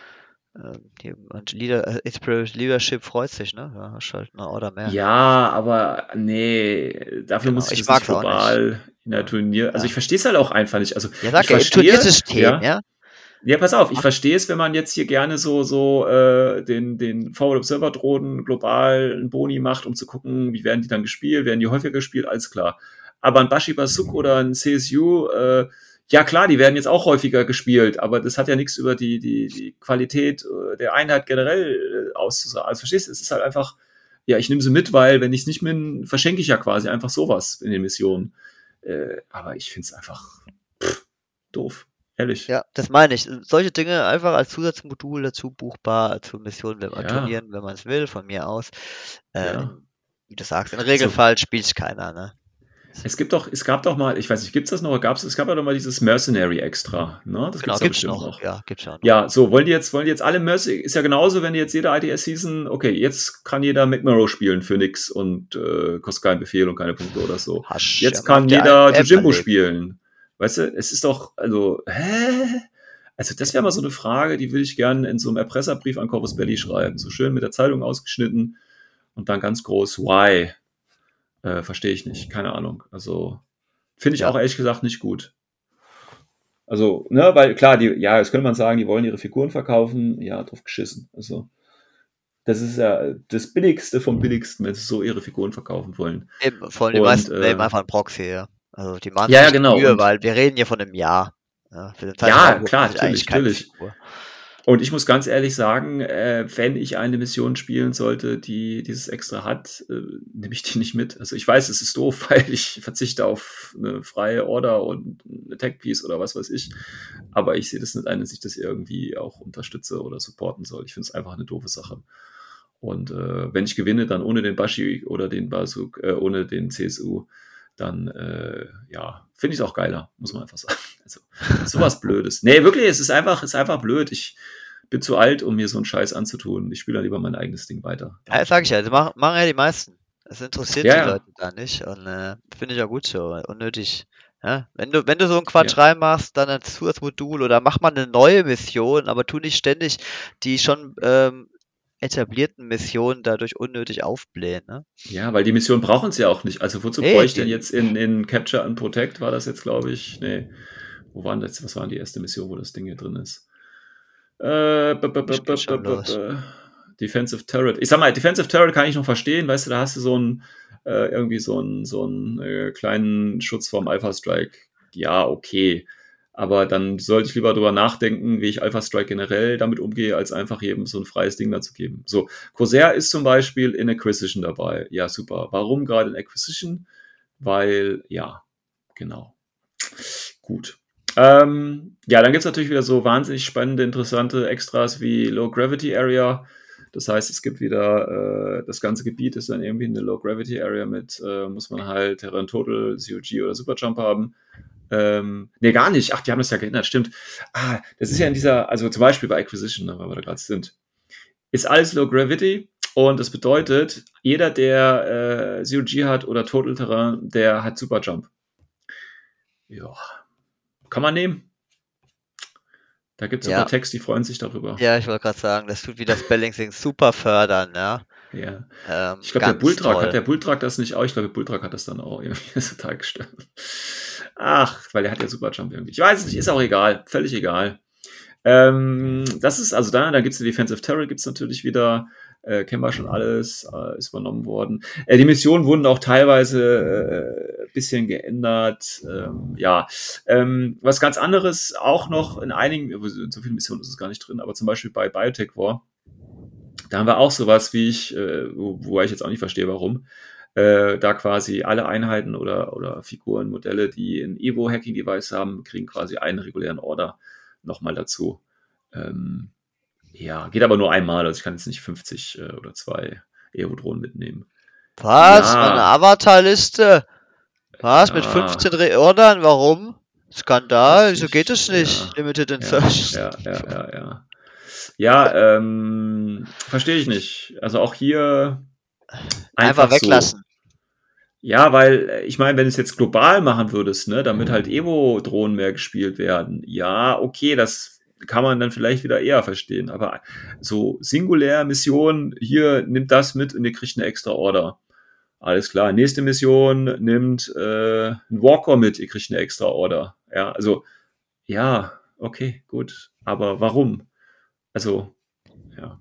ähm, hier, und Leader, äh, Inspiration Leadership freut sich, ne? Ja, hast halt eine Order mehr. Ja, aber nee, dafür Genau, muss ich ich das nicht mag's auch nicht. global in der Ja, Turnier. Also ja. ich verstehe es halt auch einfach nicht. Also Ja, ich sag ja, im verstehe, Turniersystem, ja. ja? Ja, pass auf, ich Mach, verstehe es, wenn man jetzt hier gerne so, so äh, den, den Forward Observer Drohnen global einen Boni macht, um zu gucken, wie werden die dann gespielt, werden die häufiger gespielt, alles klar. Aber ein Bashi Bazuk oder ein C S U, äh, ja klar, die werden jetzt auch häufiger gespielt, aber das hat ja nichts über die, die, die Qualität äh, der Einheit generell äh, auszusagen. Also verstehst du, es ist halt einfach, ja, ich nehme sie mit, weil wenn ich es nicht bin, verschenke ich ja quasi einfach sowas in den Missionen. Äh, aber ich finde es einfach pff, doof, ehrlich. ja, das meine ich. Solche Dinge einfach als Zusatzmodul dazu buchbar, zu Missionen, wenn man Ja, Turnieren, wenn man es will, von mir aus. Äh, ja. in, wie du sagst, im Also, Regelfall spielt keiner, ne? es gibt doch, es gab doch mal, ich weiß nicht, gibt's das noch? Gab's, es gab ja doch mal dieses Mercenary Extra, ne? Das Genau, gibt's doch gibt's bestimmt noch. noch. Ja, gibt's ja auch noch. Ja, so, wollen die jetzt, wollen die jetzt alle Mercenary, ist ja genauso, wenn die jetzt jede I T S-Season, okay, jetzt kann jeder McMurrow spielen für nix und äh, kostet keinen Befehl und keine Punkte oder so. Hast Jetzt ja mal auf kann der jeder I M M Jojimbo erlebt. spielen. Weißt du, es ist doch, also, hä? Also, das wäre mal so eine Frage, die will ich gerne in so einem Erpresserbrief an Corvus Belli schreiben. So schön mit der Zeitung ausgeschnitten und dann ganz groß, why? Äh, verstehe ich nicht, keine Ahnung. Also, finde ich Ja, auch ehrlich gesagt nicht gut. Also, ne, weil klar, die, ja, jetzt könnte man sagen, die wollen ihre Figuren verkaufen. Ja, drauf geschissen. Also, das ist ja das Billigste vom Billigsten, wenn sie so ihre Figuren verkaufen wollen. eben, vor allem die Und meisten nehmen äh, einfach einen Proxy, ja. Also die machen ja, sich ja, nicht die genau. Mühe, Und weil wir reden hier von einem Jahr. Ja, für den ja, Zeitraum holt klar, man sich eigentlich natürlich, keine natürlich. Figur. Und ich muss ganz ehrlich sagen, äh, wenn ich eine Mission spielen sollte, die dieses Extra hat, äh, nehme ich die nicht mit. Also ich weiß, es ist doof, weil ich verzichte auf eine freie Order und eine Attack-Piece oder was weiß ich. Aber ich sehe das nicht ein, dass ich das irgendwie auch unterstütze oder supporten soll. Ich finde es einfach eine doofe Sache. Und äh, wenn ich gewinne, dann ohne den Bashi oder den Bazuk, äh, ohne den C S U, dann äh, ja, finde ich es auch geiler, muss man einfach sagen. Also sowas Blödes. Nee, wirklich, es ist einfach, es ist einfach blöd. Ich bin zu alt, um mir so einen Scheiß anzutun. Ich spiele dann lieber mein eigenes Ding weiter. Ja, das sag ich ja, das machen, machen ja die meisten. Das interessiert Ja, die ja. Leute da nicht und äh, finde ich auch gut so, unnötig. Ja? Wenn du, wenn du so einen Quatsch Ja. reinmachst, dann ein Zusatzmodul oder mach mal eine neue Mission, aber tu nicht ständig die schon ähm, etablierten Missionen dadurch unnötig aufblähen. Ne? Ja, weil die Mission brauchen sie ja auch nicht. Also wozu Nee, bräuchte ich denn die, jetzt in, in Capture and Protect, war das jetzt, glaube ich, nee, wo waren das, was war die erste Mission, wo das Ding hier drin ist? Äh, b- b- b- ich b- geht schon b- los. b- Defensive Turret. Ich sag mal, Defensive Turret kann ich noch verstehen, weißt du, da hast du so einen, äh, irgendwie so einen, so einen äh, kleinen Schutz vorm Alpha Strike. Ja, okay. Aber dann sollte ich lieber drüber nachdenken, wie ich Alpha Strike generell damit umgehe, als einfach jedem so ein freies Ding dazu geben. So, Corsair ist zum Beispiel in Acquisition dabei. Ja, super. Warum gerade in Acquisition? Weil, ja, genau. Gut. Ähm, ja, dann gibt es natürlich wieder so wahnsinnig spannende, interessante Extras wie Low Gravity Area. Das heißt, es gibt wieder, äh, das ganze Gebiet ist dann irgendwie eine Low Gravity Area mit, äh, muss man halt Terran Total, C O G oder Superjump haben. Ähm, nee, gar nicht. Ach, die haben das ja geändert, stimmt. Ah, das ist ja in dieser, also zum Beispiel bei Acquisition, ne, weil wir da gerade sind, ist alles Low Gravity und das bedeutet, jeder, der äh, C O G hat oder Total Terrain, der hat Superjump. Ja, kann man nehmen. Da gibt es Ja. sogar Text, die freuen sich darüber. Ja, ich wollte gerade sagen, das tut wie das Balancing super fördern, ja. Ja. Ähm, Ich glaube, der ganz Bulltrag, toll. hat der Bulltrag das nicht auch? Ich glaube, der Bulltrag hat das dann auch irgendwie. Das ist total gestört. Ach, weil der hat ja Superjump irgendwie. Ich weiß es nicht, ist auch egal. Völlig egal. Ähm, das ist also da, da gibt es die Defensive Terror, gibt es natürlich wieder, äh, kennen wir schon alles, äh, ist übernommen worden. Äh, die Missionen wurden auch teilweise ein äh, bisschen geändert. Ähm, ja, ähm, was ganz anderes auch noch in einigen, in so vielen Missionen ist es gar nicht drin, aber zum Beispiel bei Biotech War, da haben wir auch sowas, wie ich, äh, wo, wo ich jetzt auch nicht verstehe, warum. Äh, da quasi alle Einheiten oder, oder Figuren, Modelle, die ein Evo-Hacking-Device haben, kriegen quasi einen regulären Order nochmal dazu. Ähm, ja, geht aber nur einmal, also ich kann jetzt nicht fünfzig äh, oder zwei Evo-Drohnen mitnehmen. Was? Ja. Meine Avatar-Liste? Was? Ja. Mit fünfzehn Reordern? Warum? Skandal? Weiß So ich, geht es nicht. ja. Limited Ja, Insertion. ja, ja, ja, ja. Ja, ähm, verstehe ich nicht. Also auch hier einfach, Einfach weglassen. So. Ja, weil äh, ich meine, wenn du es jetzt global machen würdest, ne, damit halt Evo-Drohnen mehr gespielt werden, ja, okay, das kann man dann vielleicht wieder eher verstehen. Aber so singulär Mission, hier nimmt das mit und ihr kriegt eine extra Order. Alles klar. Nächste Mission nimmt äh, ein Walker mit, ihr kriegt eine extra Order. Ja, also ja, okay, gut. Aber warum? Also, ja.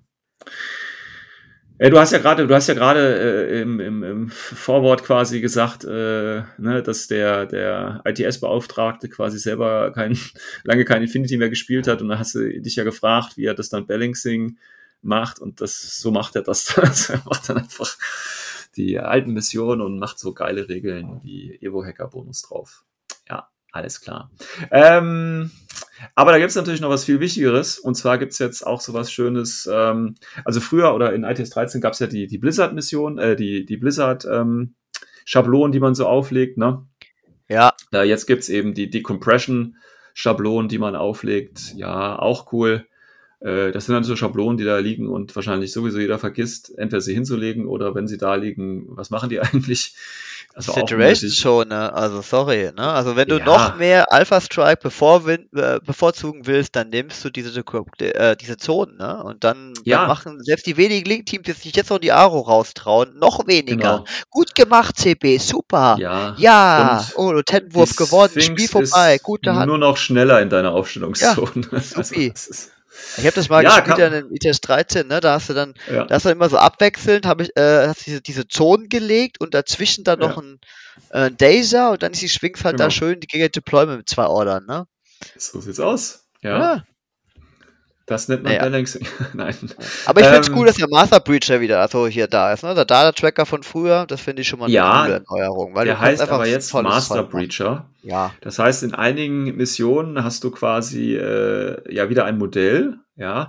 Äh, du hast ja gerade, du hast ja gerade äh, im, im, im Vorwort quasi gesagt, äh, ne, dass der, der I T S-Beauftragte quasi selber kein, lange kein Infinity mehr gespielt hat und dann hast du dich ja gefragt, wie er das dann Balancing macht und das, so macht er das dann. Also er macht dann einfach die alten Missionen und macht so geile Regeln wie Evo-Hacker-Bonus drauf. Ja, alles klar. Ähm, aber da gibt es natürlich noch was viel Wichtigeres. Und zwar gibt es jetzt auch so was Schönes. Ähm, also früher oder in I T S dreizehn gab es ja die, die Blizzard-Mission, äh, die, die Blizzard-Schablonen, ähm, die man so auflegt. Ne? Ja. Äh, jetzt gibt es eben die Decompression-Schablonen, die man auflegt. Ja, auch cool. Äh, das sind dann so Schablonen, die da liegen und wahrscheinlich sowieso jeder vergisst, entweder sie hinzulegen oder wenn sie da liegen, was machen die eigentlich? Also auch Situation unnötig. schon, ne? Also sorry, ne? Also wenn du Ja. noch mehr Alpha Strike bevor, äh, bevorzugen willst, dann nimmst du diese, äh, diese Zonen, ne? Und dann, Ja. dann machen selbst die wenigen Link-Teams, die sich jetzt noch die Aro raustrauen, noch weniger. Genau. Gut gemacht, C B, super. Ja. Ja. Und Oh, Tenwurf die gewonnen, Sphinx Spiel vorbei, ist gute Hand. nur noch schneller in deiner Aufstellungszone. Ja, Also, supi. das ist, Ich habe das mal Ja, gespielt kann- in I T S dreizehn, ne? Da hast du dann, ja. da hast du immer so abwechselnd, habe ich, äh, hast diese, diese Zonen gelegt und dazwischen dann noch Ja. ein äh, Dazer und dann ist die Sphinx halt da Genau. schön die gegen Deployment mit zwei Ordern, ne? So sieht's aus. Ja. Ja. Das nennt man Naja. Balancing. Nein. Aber ich find's Ähm, cool, dass der Master Breacher wieder also hier da ist, ne? Der Data-Tracker von früher, das finde ich schon mal eine Ja, coole Erneuerung, weil der du kannst heißt einfach aber jetzt tolles Master Zeug machen. Breacher. Ja, Das heißt, in einigen Missionen hast du quasi äh, ja wieder ein Modell, ja,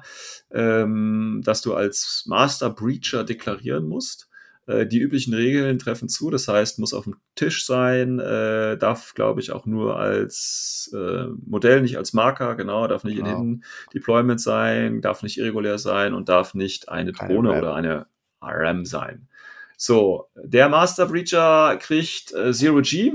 ähm, das du als Master Breacher deklarieren musst. Äh, die üblichen Regeln treffen zu, das heißt, muss auf dem Tisch sein, äh, darf, glaube ich, auch nur als äh, Modell, nicht als Marker, genau, darf nicht Genau. in Hidden Deployment sein, darf nicht irregulär sein und darf nicht eine Keine Drohne RAM. oder eine RAM sein. So, der Master Breacher kriegt äh, Zero G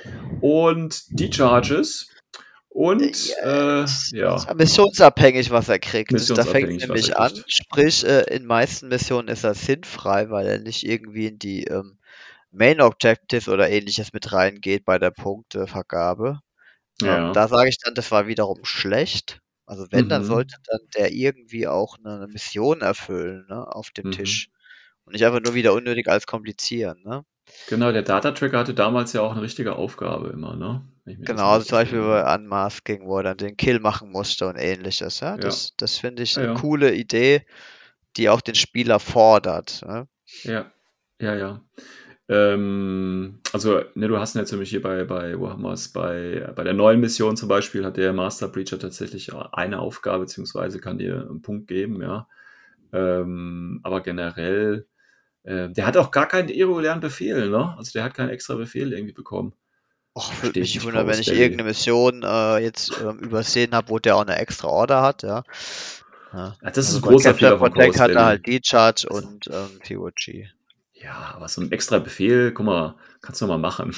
und die Charges und äh, Ist ja, missionsabhängig, was er kriegt. Das- Da fängt Missionsabhängig, was nämlich er an. kriegt. Sprich, äh, in meisten Missionen ist er sinnfrei, weil er nicht irgendwie in die ähm, Main Objectives oder ähnliches mit reingeht bei der Punktevergabe. Ähm, Ja. da sage ich dann, das war wiederum schlecht. Also wenn, dann Mhm. sollte dann der irgendwie auch eine Mission erfüllen, ne, auf dem Mhm. Tisch. Und nicht einfach nur wieder unnötig als komplizieren, ne? Genau, der Data Tracker hatte damals ja auch eine richtige Aufgabe immer, ne? wenn ich mich das Genau, also richtig zum Beispiel erinnere. bei Unmasking, wo er dann den Kill machen musste und ähnliches. Ja, Ja, das, das finde ich ja, eine ja. coole Idee, die auch den Spieler fordert. Ja. Ja, ja, ja. Ähm, also, ne, du hast ihn jetzt nämlich hier bei, bei, wo haben wir es, bei, bei der neuen Mission zum Beispiel hat der Master Breacher tatsächlich eine Aufgabe, beziehungsweise kann dir einen Punkt geben, ja. Ähm, aber generell, äh, der hat auch gar keinen irregulären Befehl, ne? Also der hat keinen extra Befehl irgendwie bekommen. Och, würde Verstehe ich mich nicht wundern, wenn raus, ich Belly. irgendeine Mission äh, jetzt ähm, übersehen habe, wo der auch eine extra Order hat, ja. Ja. Ja, das ist Also ein bei großer Capture Fehler von Protect Ghost hat er Belly. halt D-Charge Also, und ähm, P O G. ja, aber so ein extra Befehl, guck mal, kannst du mal machen.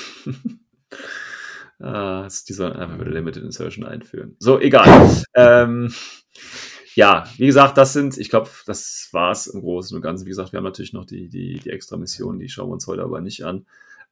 Ah, jetzt dieser einfach wieder Limited Insertion einführen. So, egal. ähm, ja, wie gesagt, das sind, ich glaube, das war es im Großen und Ganzen. Wie gesagt, wir haben natürlich noch die, die, die extra Missionen, die schauen wir uns heute aber nicht an.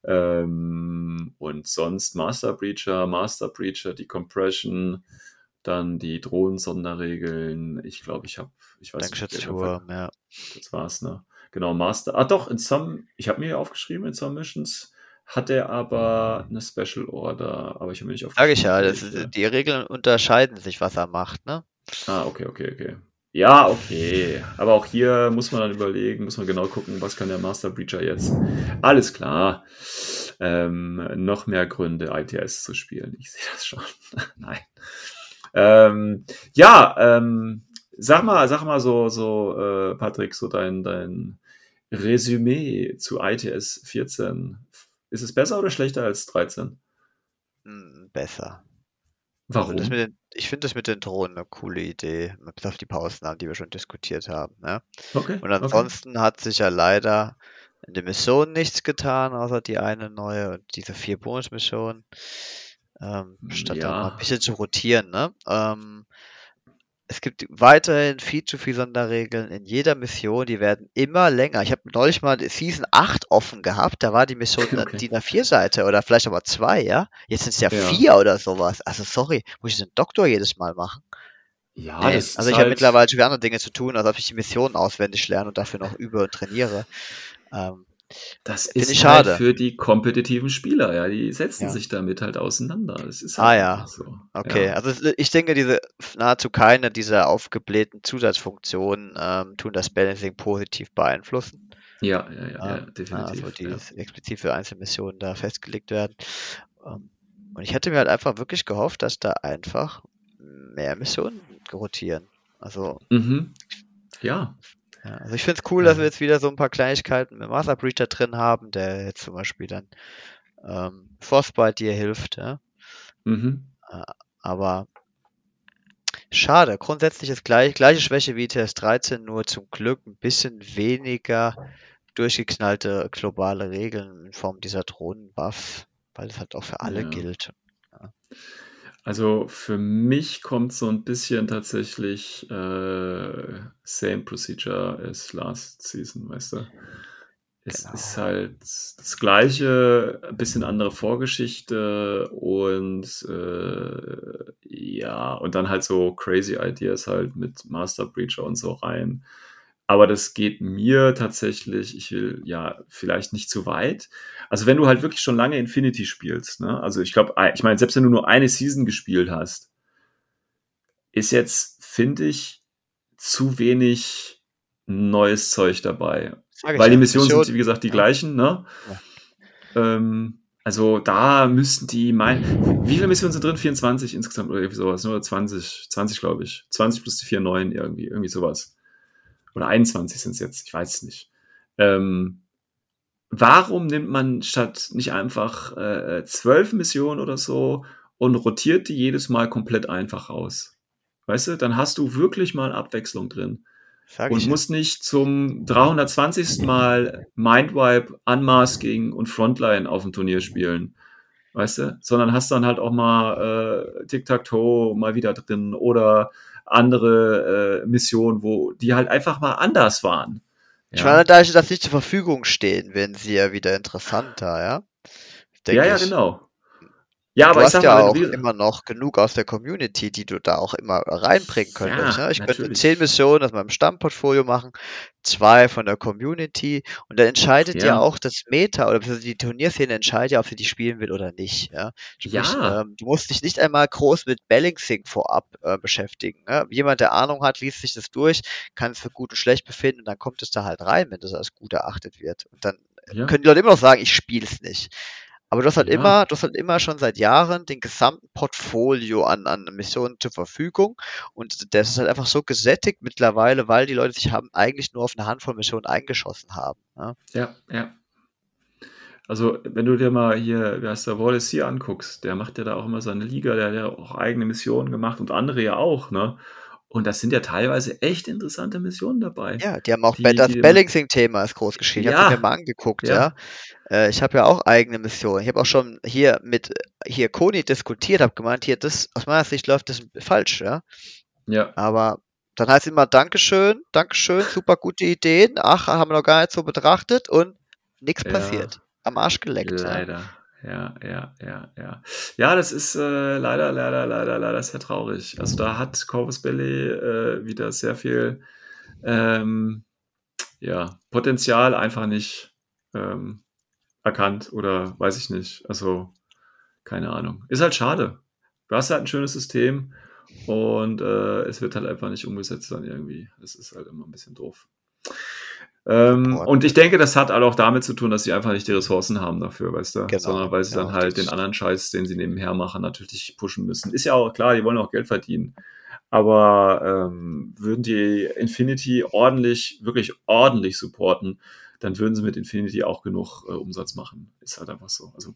Ähm, und sonst Master Breacher, Master Breacher, die Compression, dann die Drohnen-Sonderregeln. Ich glaube, ich habe, ich weiß nicht, Dankeschön, ja. das war's, ne? Genau, Master. Ah, doch, in some, ich habe mir hier aufgeschrieben, in some Missions hat er aber eine Special Order, aber ich habe mir nicht Sag ich aufgeschrieben, ja, das, welche. die Regeln unterscheiden sich, was er macht, ne? Ah, okay, okay, okay. Ja, okay. Aber auch hier muss man dann überlegen, muss man genau gucken, was kann der Master Breacher jetzt. Alles klar. Ähm, noch mehr Gründe, I T S zu spielen. Ich sehe das schon. Nein. Ähm, ja, ähm, sag mal, sag mal so, so, äh, Patrick, so dein, dein Resümee zu I T S vierzehn. Ist es besser oder schlechter als dreizehn? Hm, besser. Warum? Also das mit den, ich finde das mit den Drohnen eine coole Idee, bis auf die Pausen, die wir schon diskutiert haben. Ne? Okay, Und okay. ansonsten hat sich ja leider in der Mission nichts getan, außer die eine neue und diese vier Bonus-Missionen. Ähm, statt da mal ein Ja. bisschen zu rotieren. Ne? Ähm, es gibt weiterhin viel zu viele Sonderregeln in jeder Mission, die werden immer länger. Ich habe neulich mal Season acht offen gehabt, da war die Mission eine Okay. D I N A vier Seite oder vielleicht aber zwei, ja? Jetzt sind es ja Ja. vier oder sowas. Also sorry, muss ich den Doktor jedes Mal machen? Ja, Nee, das also ist ich habe halt. mittlerweile schon andere Dinge zu tun, als ob ich die Missionen auswendig lerne und dafür noch übe und trainiere. Ähm, Das Finde ist ich halt schade. für die kompetitiven Spieler, ja. Die setzen Ja. sich damit halt auseinander. Das ist Ah halt ja, einfach so. okay. Ja. Also es- ich denke, diese nahezu keine dieser aufgeblähten Zusatzfunktionen ähm, tun das Balancing positiv beeinflussen. Ja, ja, ja, ja, Ähm, na, also definitiv. die Ja. explizit für Einzelmissionen da festgelegt werden. Ähm, und ich hätte mir halt einfach wirklich gehofft, dass da einfach mehr Missionen rotieren. Also, Mhm. Ja. ja, also ich finde es cool, dass wir Äh, jetzt wieder so ein paar Kleinigkeiten mit Master Breacher drin haben, der jetzt zum Beispiel dann ähm, Frostbite dir hilft. Ja? mhm. Äh, aber schade, grundsätzlich ist gleich, gleiche Schwäche wie T S dreizehn, nur zum Glück ein bisschen weniger durchgeknallte globale Regeln in Form dieser Drohnen-Buffs, weil das halt auch für alle Ja. gilt. Ja. Also für mich kommt so ein bisschen tatsächlich äh, same procedure as last season, weißt du? Es Genau. ist halt das Gleiche, ein bisschen andere Vorgeschichte und äh, ja, und dann halt so crazy Ideas halt mit Master Breacher und so rein. Aber das geht mir tatsächlich, ich will ja vielleicht nicht zu weit. Also wenn du halt wirklich schon lange Infinity spielst, ne? Also ich glaube, ich meine, selbst wenn du nur eine Season gespielt hast, ist jetzt, finde ich, zu wenig neues Zeug dabei. Sag ich Weil die ja. Missionen sind, Mission, wie gesagt, die ja. gleichen, ne? Ja. Ähm, also da müssten die mein. Wie viele Missionen sind drin? vierundzwanzig insgesamt oder irgendwie sowas, ne? Oder zwanzig, zwanzig glaube ich. zwanzig plus die vier neuen irgendwie, irgendwie sowas. Oder einundzwanzig sind es jetzt, ich weiß es nicht. Ähm, warum nimmt man statt nicht einfach äh, zwölf Missionen oder so und rotiert die jedes Mal komplett einfach raus? Weißt du, dann hast du wirklich mal Abwechslung drin. Sag Und ich ja. musst nicht zum dreihundertzwanzigsten Mal Mindwipe, Unmasking und Frontline auf dem Turnier spielen. Weißt du? Sondern hast dann halt auch mal äh, Tic-Tac-Toe mal wieder drin oder andere äh, Missionen, wo die halt einfach mal anders waren. Ich Ja, meine, da ich das nicht zur Verfügung stehen, werden sie ja wieder interessanter, ja? ja, Denke ja, ich. genau. Ja, Und du aber ich hast sag ja mal, wenn du auch wie immer noch genug aus der Community, die du da auch immer reinbringen könntest. ja, Ne? Ich könnte natürlich. zehn Missionen aus meinem Stammportfolio machen, zwei von der Community und dann entscheidet ja Ja, auch das Meta oder beziehungsweise die Turnierszene entscheidet ja, ob sie die spielen will oder nicht. Ja? Sprich, ja, ähm, du musst dich nicht einmal groß mit Balancing vorab äh, beschäftigen. Ne? Jemand, der Ahnung hat, liest sich das durch, kann es für gut und schlecht befinden und dann kommt es da halt rein, wenn das als gut erachtet wird. Und dann ja, können die Leute immer noch sagen, ich spiele es nicht. Aber du hast halt ja, immer, du hast halt immer schon seit Jahren den gesamten Portfolio an, an Missionen zur Verfügung. Und das ist halt einfach so gesättigt mittlerweile, weil die Leute sich haben eigentlich nur auf eine Handvoll Missionen eingeschossen haben. Ja, ja, ja. Also, wenn du dir mal hier, wie heißt der, Wallace hier anguckst, der macht ja da auch immer seine Liga, der hat ja auch eigene Missionen gemacht und andere ja auch, ne? Und das sind ja teilweise echt interessante Missionen dabei, ja die haben auch Ba- die, das die man, Balancing-Thema ist groß geschrieben. Ich habe sie mir ja, mal angeguckt, ja. ja, Äh, ich habe ja auch eigene Missionen. Ich habe auch schon hier mit äh, hier Koni diskutiert, habe gemeint, hier, das aus meiner Sicht läuft das falsch, ja. ja, Aber dann heißt es immer Dankeschön, Dankeschön, super gute Ideen. Ach, haben wir noch gar nicht so betrachtet und nichts ja, passiert. Am Arsch geleckt, ja. leider. Ja, ja, ja, ja. Ja, das ist äh, leider, leider, leider, leider sehr traurig. Also da hat Corvus Belli äh, wieder sehr viel ähm, ja, Potenzial einfach nicht ähm, erkannt oder weiß ich nicht. Also keine Ahnung. Ist halt schade. Du hast halt ein schönes System und äh, es wird halt einfach nicht umgesetzt dann irgendwie. Das ist halt immer ein bisschen doof. Ähm, und ich Supported. denke, das hat halt auch damit zu tun, dass sie einfach nicht die Ressourcen haben dafür, weißt du? Sondern Genau, weil sie dann ja. halt den Das, anderen Scheiß, den sie nebenher machen, natürlich pushen müssen. Ist ja auch klar, die wollen auch Geld verdienen. Aber ähm, würden die Infinity ordentlich, wirklich ordentlich supporten, dann würden sie mit Infinity auch genug äh, Umsatz machen. Ist halt einfach so. Also,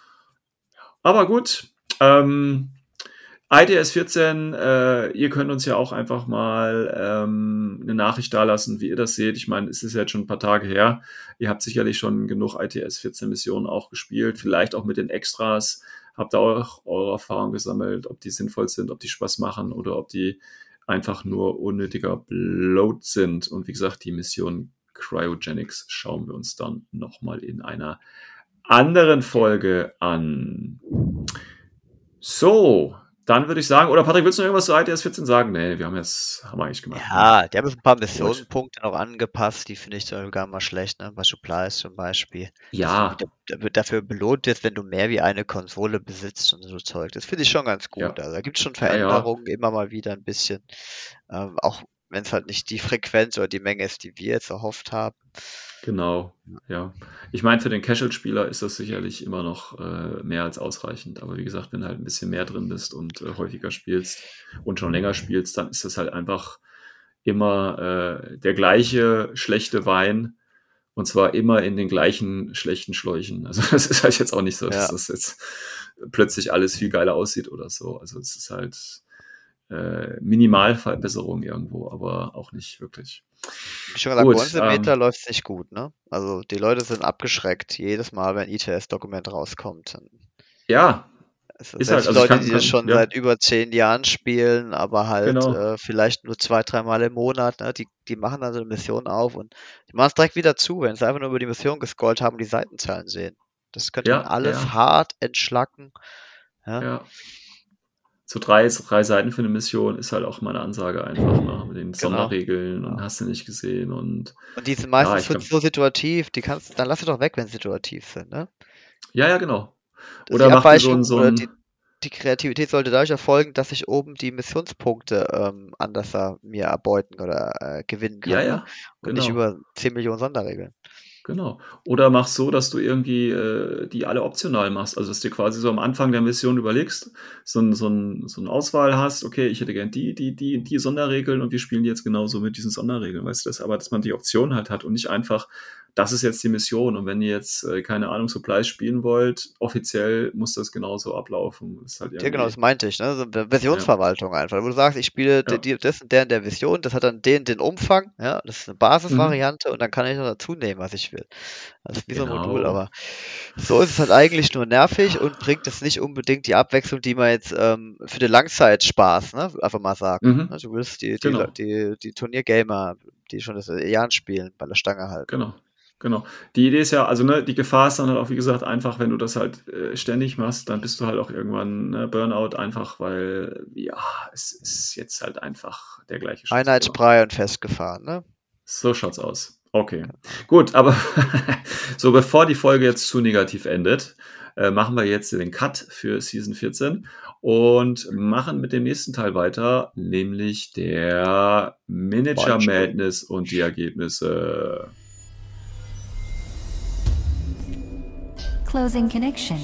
aber gut. Ähm, I D S vierzehn, äh, ihr könnt uns ja auch einfach mal ähm, eine Nachricht dalassen, wie ihr das seht. Ich meine, es ist jetzt schon ein paar Tage her. Ihr habt sicherlich schon genug I T S vierzehn Missionen auch gespielt, vielleicht auch mit den Extras. Habt ihr auch eure Erfahrung gesammelt, ob die sinnvoll sind, ob die Spaß machen oder ob die einfach nur unnötiger Bloat sind. Und wie gesagt, die Mission Cryogenics schauen wir uns dann nochmal in einer anderen Folge an. So, dann würde ich sagen, oder Patrick, willst du noch irgendwas zu I T S vierzehn sagen? Nee, wir haben jetzt, haben wir eigentlich gemacht, ne? ja, die haben jetzt ein paar Gut. Missionenpunkte noch angepasst, die finde ich sogar gar mal schlecht, ne? Bei Supplies zum Beispiel. Dass du Ja, wieder da wird dafür belohnt wirst, wenn du mehr wie eine Konsole besitzt und so Zeug. Das finde ich schon ganz ja, gut. Also da gibt es schon ja, ja, Veränderungen, immer mal wieder ein bisschen. Ähm, auch wenn es halt nicht die Frequenz oder die Menge ist, die wir jetzt erhofft haben. genau, ja. Ich meine, für den Casual-Spieler ist das sicherlich immer noch äh, mehr als ausreichend. Aber wie gesagt, wenn du halt ein bisschen mehr drin bist und äh, häufiger spielst und schon länger spielst, dann ist das halt einfach immer äh, der gleiche schlechte Wein. Und zwar immer in den gleichen schlechten Schläuchen. Also das ist halt jetzt auch nicht so, dass Ja, das jetzt plötzlich alles viel geiler aussieht oder so. Also es ist halt äh, Minimalverbesserung irgendwo, aber auch nicht wirklich. wie schon gesagt, bei uns Gut, im Meta ähm, läuft es nicht gut, ne? Also die Leute sind abgeschreckt jedes Mal, wenn ein I T S-Dokument rauskommt. ja, Also ist halt, selbst also ich Leute, kann, die das kann schon ja, seit über zehn Jahren spielen, aber halt genau, äh, vielleicht nur zwei, dreimal im Monat, ne? Die, die machen dann so eine Mission auf und die machen es direkt wieder zu, wenn sie einfach nur über die Mission gescrollt haben und die Seitenzahlen sehen. Das könnte man ja, alles ja, hart entschlacken. Ja, ja. So drei, so drei Seiten für eine Mission ist halt auch meine Ansage einfach, ne? Mit den genau. Sonderregeln und Ja. hast du nicht gesehen und Und die sind ja, meistens ich so kann, so situativ, die kannst, dann lass sie doch weg, wenn sie situativ sind, ne? ja, ja, genau. Das Oder die mach dir so ein, Abweichung so oder die, ein, die Kreativität sollte dadurch erfolgen, dass ich oben die Missionspunkte ähm, anders äh, mir erbeuten oder äh, gewinnen ja, kann, ne? ja, Und nicht genau. über zehn Millionen Sonderregeln. Genau. Oder mach so, dass du irgendwie äh, die alle optional machst. Also dass du dir quasi so am Anfang der Mission überlegst, so ein, so ein, so eine Auswahl hast, okay, ich hätte gern die, die, die, die Sonderregeln und wir spielen die jetzt genauso mit diesen Sonderregeln, weißt du das? Aber dass man die Option halt hat und nicht einfach, das ist jetzt die Mission und wenn ihr jetzt, äh, keine Ahnung, Supplies spielen wollt, offiziell muss das genauso ablaufen. Das ist halt Ja, genau, irgendwie, das meinte ich, ne? So eine ja, Versionsverwaltung einfach. Wo du sagst, ich spiele die, ja. die, das und der in der Vision, das hat dann den, den Umfang, ja, das ist eine Mhm. Basisvariante und dann kann ich noch dazu nehmen, was ich will. Das ist wie so ein Modul, Genau. aber so ist es halt eigentlich nur nervig und bringt es nicht unbedingt die Abwechslung, die man jetzt ähm, für den Langzeitspaß, ne, einfach mal sagt. Mhm. Ne, du willst die, die, Genau. die, die Turniergamer, die schon das Jahren spielen, bei der Stange halten. Genau. Genau. Die Idee ist ja, also ne, die Gefahr ist dann halt auch, wie gesagt, einfach, wenn du das halt äh, ständig machst, dann bist du halt auch irgendwann ne, Burnout einfach, weil ja, es ist jetzt halt einfach der gleiche Schritt. Einheitsbrei und festgefahren, ne? So schaut's aus. Okay. Gut, aber so bevor die Folge jetzt zu negativ endet, äh, machen wir jetzt den Cut für Season vierzehn und machen mit dem nächsten Teil weiter, nämlich der Manager Beispiel. Madness und die Ergebnisse. Closing connection.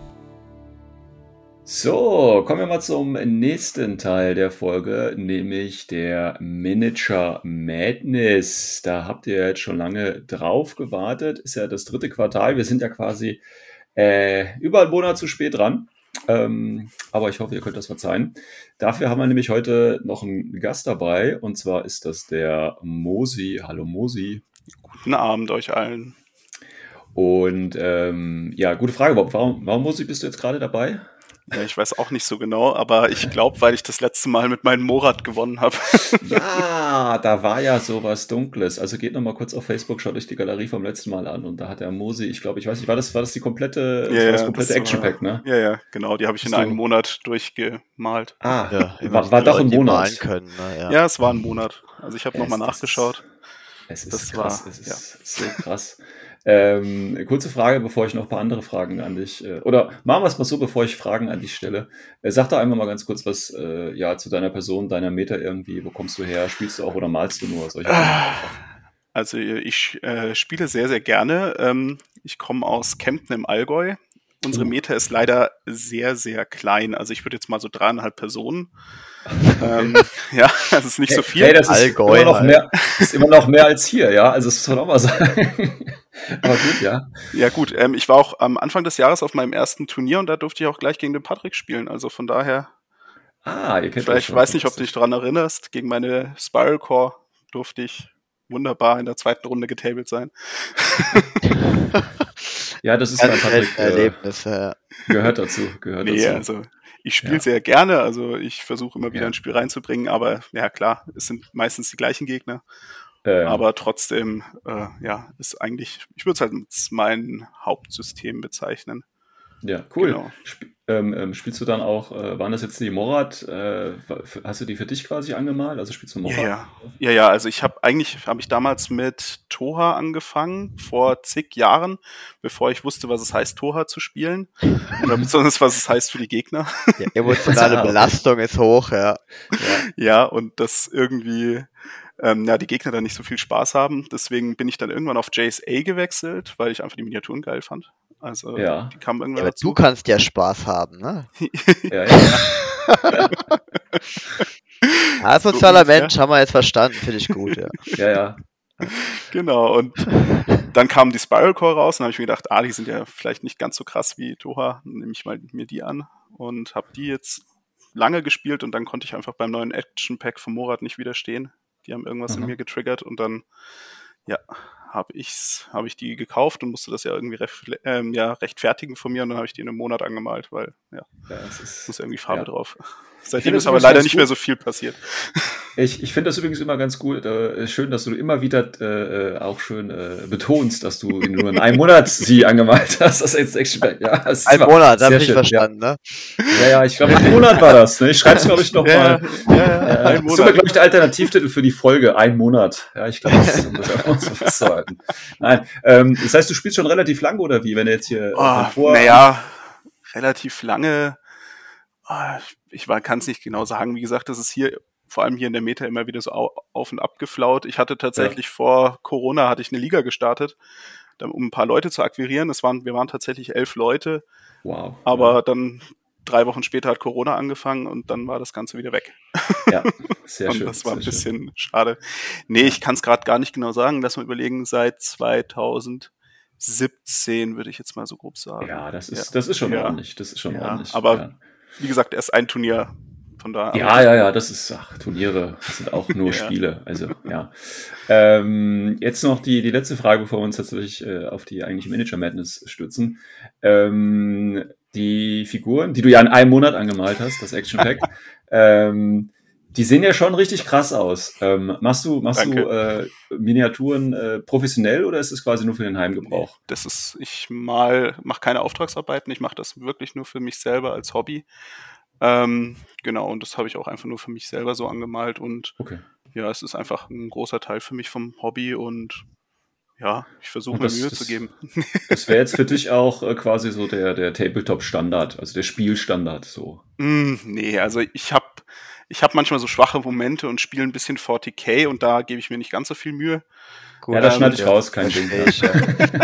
So, kommen wir mal zum nächsten Teil der Folge, nämlich der Manager Madness. Da habt ihr jetzt schon lange drauf gewartet. Ist ja das dritte Quartal. Wir sind ja quasi äh, über einen Monat zu spät dran. Ähm, aber ich hoffe, ihr könnt das verzeihen. Dafür haben wir nämlich heute noch einen Gast dabei. Und zwar ist das der Mosi. Hallo Mosi. Guten Abend euch allen. Und ähm, ja, gute Frage. Warum, warum Mosi, bist du jetzt gerade dabei? Ja, ich weiß auch nicht so genau, aber ich glaube, weil ich das letzte Mal mit meinem Morat gewonnen habe. Ja, da war ja sowas Dunkles. Also geht nochmal kurz auf Facebook, schaut euch die Galerie vom letzten Mal an und da hat der Mosi, ich glaube, ich weiß nicht, war das, war das die komplette, das Ja, war das ja, komplette das Action war- Pack, ne? Ja, ja, genau, die habe ich in Hast du- einem Monat durchgemalt. Ah, Ja, immer war, die war doch Leute, ein die Monat. malen können, ne? Ja. Ja, es war ein Monat. Also ich habe Es- nochmal das nachgeschaut. Es ist Das krass, war- es ist ja. so krass. Ähm, kurze Frage, bevor ich noch ein paar andere Fragen an dich, äh, oder machen wir es mal so, bevor ich Fragen an dich stelle. Äh, sag doch einmal mal ganz kurz was äh, ja, zu deiner Person, deiner Meta irgendwie. Wo kommst du her? Spielst du auch oder malst du nur? Solche Dinge einfach. Also ich äh, spiele sehr, sehr gerne. Ähm, ich komme aus Kempten im Allgäu. Unsere Uh. Meta ist leider sehr, sehr klein. Also ich würde jetzt mal so dreieinhalb Personen. ähm, ja, das ist nicht so viel. Hey, das ist Allgäu immer noch halt. mehr, ist immer noch mehr als hier, ja. Also das muss man auch mal sagen. Aber gut, ja. Ja gut, ähm, ich war auch am Anfang des Jahres auf meinem ersten Turnier und da durfte ich auch gleich gegen den Patrick spielen. Also von daher, Ah, ihr kennt euch vielleicht schon. weiß nicht, ob du fantastisch. dich daran erinnerst, gegen meine Spiral Core durfte ich wunderbar in der zweiten Runde getabelt sein. Ja, das ist bei Ganz Patrick seltene äh, Erlebnis, ja. gehört dazu, gehört Nee, dazu. also ich spiele Ja. sehr gerne, also ich versuche immer wieder Ja. ein Spiel reinzubringen, aber ja klar, es sind meistens die gleichen Gegner, Äh, aber trotzdem, äh, ja, ist eigentlich, ich würde es halt als mein Hauptsystem bezeichnen. ja, cool. Genau. Sp ähm, ähm, spielst du dann auch, äh, waren das jetzt die Morat, äh, hast du die für dich quasi angemalt? Also spielst du Morat? Ja, ja. Ja, ja, also ich habe eigentlich, habe ich damals mit Toha angefangen, vor zig Jahren, bevor ich wusste, was es heißt, Toha zu spielen. Oder besonders, was es heißt für die Gegner. Die emotionale Ah, okay. Belastung ist hoch, ja. Ja, und dass irgendwie ähm, ja, die Gegner dann nicht so viel Spaß haben. Deswegen bin ich dann irgendwann auf J S A gewechselt, weil ich einfach die Miniaturen geil fand. Also Ja. die kamen Ja, irgendwann aber dazu. du kannst ja Spaß haben, ne? Ja, ja. Als So sozialer ungefähr. Mensch haben wir jetzt verstanden, finde ich gut, ja. ja, ja. Genau, und dann kam die Spiral Core raus und habe ich mir gedacht, ah, die sind ja vielleicht nicht ganz so krass wie Toha, dann nehme ich mal mir die an und habe die jetzt lange gespielt und dann konnte ich einfach beim neuen Action Pack von Morat nicht widerstehen. Die haben irgendwas in Aha. mir getriggert und dann, ja, habe ich's, habe ich die gekauft und musste das ja irgendwie refle- ähm, ja, rechtfertigen von mir und dann habe ich die in einem Monat angemalt, weil, ja, ja es ist, muss irgendwie Farbe ja. drauf. Ich Seitdem finde das ist aber übrigens leider ganz nicht mehr gut. so viel passiert. Ich, ich finde das übrigens immer ganz gut, äh, schön, dass du immer wieder äh, auch schön äh, betonst, dass du nur in einem Monat sie angemalt hast. Das ist jetzt echt, ja, das ist Ein immer Monat, sehr habe ich schön, verstanden, ne? Ja, ja, ja ich glaube, ein Monat war das. Ne? Ich schreibe es, glaube ich, noch Ja, mal. ja, ja, Äh, ein das ist immer, Monat. glaube ich, der Alternativtitel für die Folge. Ein Monat. Ja, ich glaube, das ist um das einfach so festzuhalten. Nein, ähm, das heißt, du spielst schon relativ lange oder wie, wenn du jetzt hier Oh, vor... naja, relativ lange. Oh, ich kann es nicht genau sagen. Wie gesagt, das ist hier, vor allem hier in der Meta, immer wieder so au- auf und ab geflaut. Ich hatte tatsächlich vor Corona, hatte ich eine Liga gestartet, dann, um ein paar Leute zu akquirieren. Es waren, wir waren tatsächlich elf Leute, Wow. aber dann drei Wochen später hat Corona angefangen und dann war das Ganze wieder weg. Ja, sehr und schön. das war ein sehr schön. bisschen schade. Nee, ich kann es gerade gar nicht genau sagen. Lass mal überlegen, seit zweitausendsiebzehn würde ich jetzt mal so grob sagen. Ja, das ist, Ja. das ist schon Ja. ordentlich. Das ist schon Ja, ordentlich. aber ja. Wie gesagt, erst ein Turnier. Von da. Ja, ja, ja, das ist, ach, Turniere, das sind auch nur Ja. Spiele, also, ja. Ähm, jetzt noch die, die letzte Frage, bevor wir uns tatsächlich äh, auf die eigentliche Manager Madness stürzen. Ähm, die Figuren, die du ja in einem Monat angemalt hast, das Action Pack, ähm, Die sehen ja schon richtig krass aus. Ähm, machst du, machst du Danke. äh, Miniaturen äh, professionell oder ist es quasi nur für den Heimgebrauch? Das ist, ich mal, mache keine Auftragsarbeiten, ich mache das wirklich nur für mich selber als Hobby. Ähm, genau, und das habe ich auch einfach nur für mich selber so angemalt und Okay. ja, es ist einfach ein großer Teil für mich vom Hobby und ja, ich versuche Und mir das, Mühe das, zu geben. das wäre jetzt für dich auch äh, quasi so der, der Tabletop-Standard, also der Spielstandard so. Mm, nee, also ich habe ich hab manchmal so schwache Momente und spiele ein bisschen forty K und da gebe ich mir nicht ganz so viel Mühe. Gut, Ja, das Ähm, schneide ich ja, raus, kein Ding. verstehe ich, ja.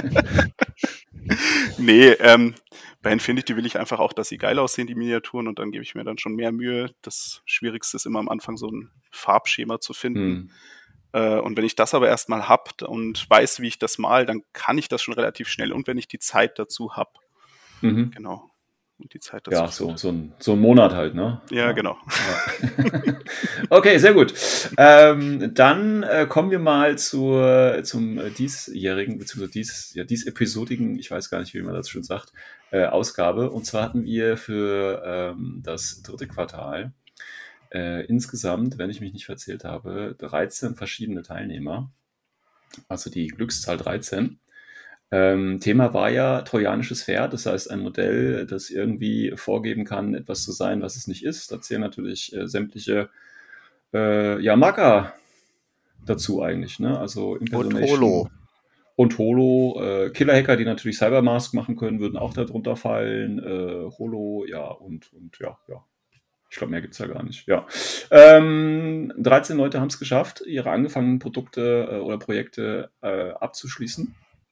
Nee, ähm, bei Infinity will ich einfach auch, dass sie geil aussehen, die Miniaturen, und dann gebe ich mir dann schon mehr Mühe. Das Schwierigste ist immer am Anfang, so ein Farbschema zu finden. Hm. Äh, und wenn ich das aber erstmal hab und weiß, wie ich das mal, dann kann ich das schon relativ schnell. Und wenn ich die Zeit dazu hab, Mhm. genau. Und die Zeit dazu. Ja, so, so, ein, so ein Monat halt, ne? Ja, genau. Ja. Okay, sehr gut. Ähm, dann äh, kommen wir mal zur, zum äh, diesjährigen, beziehungsweise dies, ja, dies episodigen, ich weiß gar nicht, wie man das schon sagt, äh, Ausgabe. Und zwar hatten wir für ähm, das dritte Quartal äh, insgesamt, wenn ich mich nicht verzählt habe, dreizehn verschiedene Teilnehmer. Also die Glückszahl dreizehn. Ähm, Thema war ja trojanisches Pferd, das heißt ein Modell, das irgendwie vorgeben kann, etwas zu sein, was es nicht ist. Da zählen natürlich äh, sämtliche äh, ja, Marker dazu eigentlich, ne? Also Und Impersonation Holo. und Holo. Äh, Killer-Hacker, die natürlich Cybermask machen können, würden auch darunter fallen. Äh, Holo, ja, und, und ja, ja. Ich glaube, mehr gibt es ja gar nicht. Ja. Ähm, dreizehn Leute haben es geschafft, ihre angefangenen Produkte äh, oder Projekte äh, abzuschließen.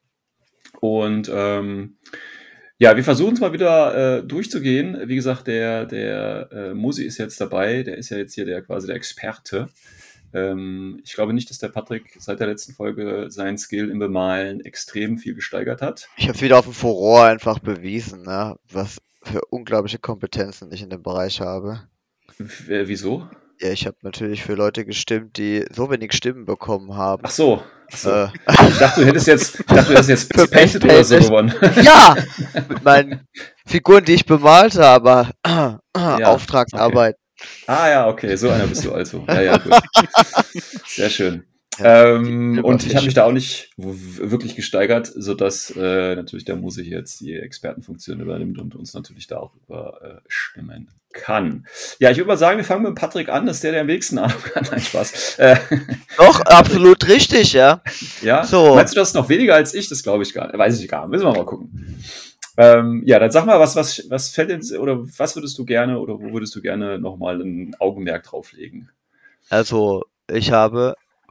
Und ähm, ja, wir versuchen es mal wieder äh, durchzugehen. Wie gesagt, der, der äh, Musi ist jetzt dabei. Der ist ja jetzt hier der quasi der Experte. Ähm, ich glaube nicht, dass der Patrick seit der letzten Folge seinen Skill im Bemalen extrem viel gesteigert hat. Ich habe es wieder auf dem Furore einfach bewiesen, ne? Was für unglaubliche Kompetenzen ich in dem Bereich habe. W äh, wieso? Ja, ich habe natürlich für Leute gestimmt, die so wenig Stimmen bekommen haben. Ach so. Ach so. Äh, Ich dachte, du hättest jetzt, ich dachte, du hättest jetzt Für Best Painted Best oder so Painted. gewonnen. Ja! Mit meinen Figuren, die ich bemalt habe. Ja, Auftragsarbeit. Ah ja, okay, so einer bist du also. Ja, ja, gut. Sehr schön. Ja, Ähm, und ich habe mich da auch nicht w- wirklich gesteigert, sodass äh, natürlich der Muse hier jetzt die Expertenfunktion übernimmt und uns natürlich da auch überstimmen kann. Ja, ich würde mal sagen, wir fangen mit Patrick an, das ist der, der am wenigsten Ahnung hat. Nein, Spaß. Äh, Doch, absolut richtig, ja. ja, So. meinst du das noch weniger als ich? Das glaube ich gar nicht. Weiß ich gar nicht. Müssen wir mal gucken. Ähm, ja, dann sag mal, was, was, was fällt dir, oder was würdest du gerne, oder wo würdest du gerne nochmal ein Augenmerk drauflegen? Also, ich habe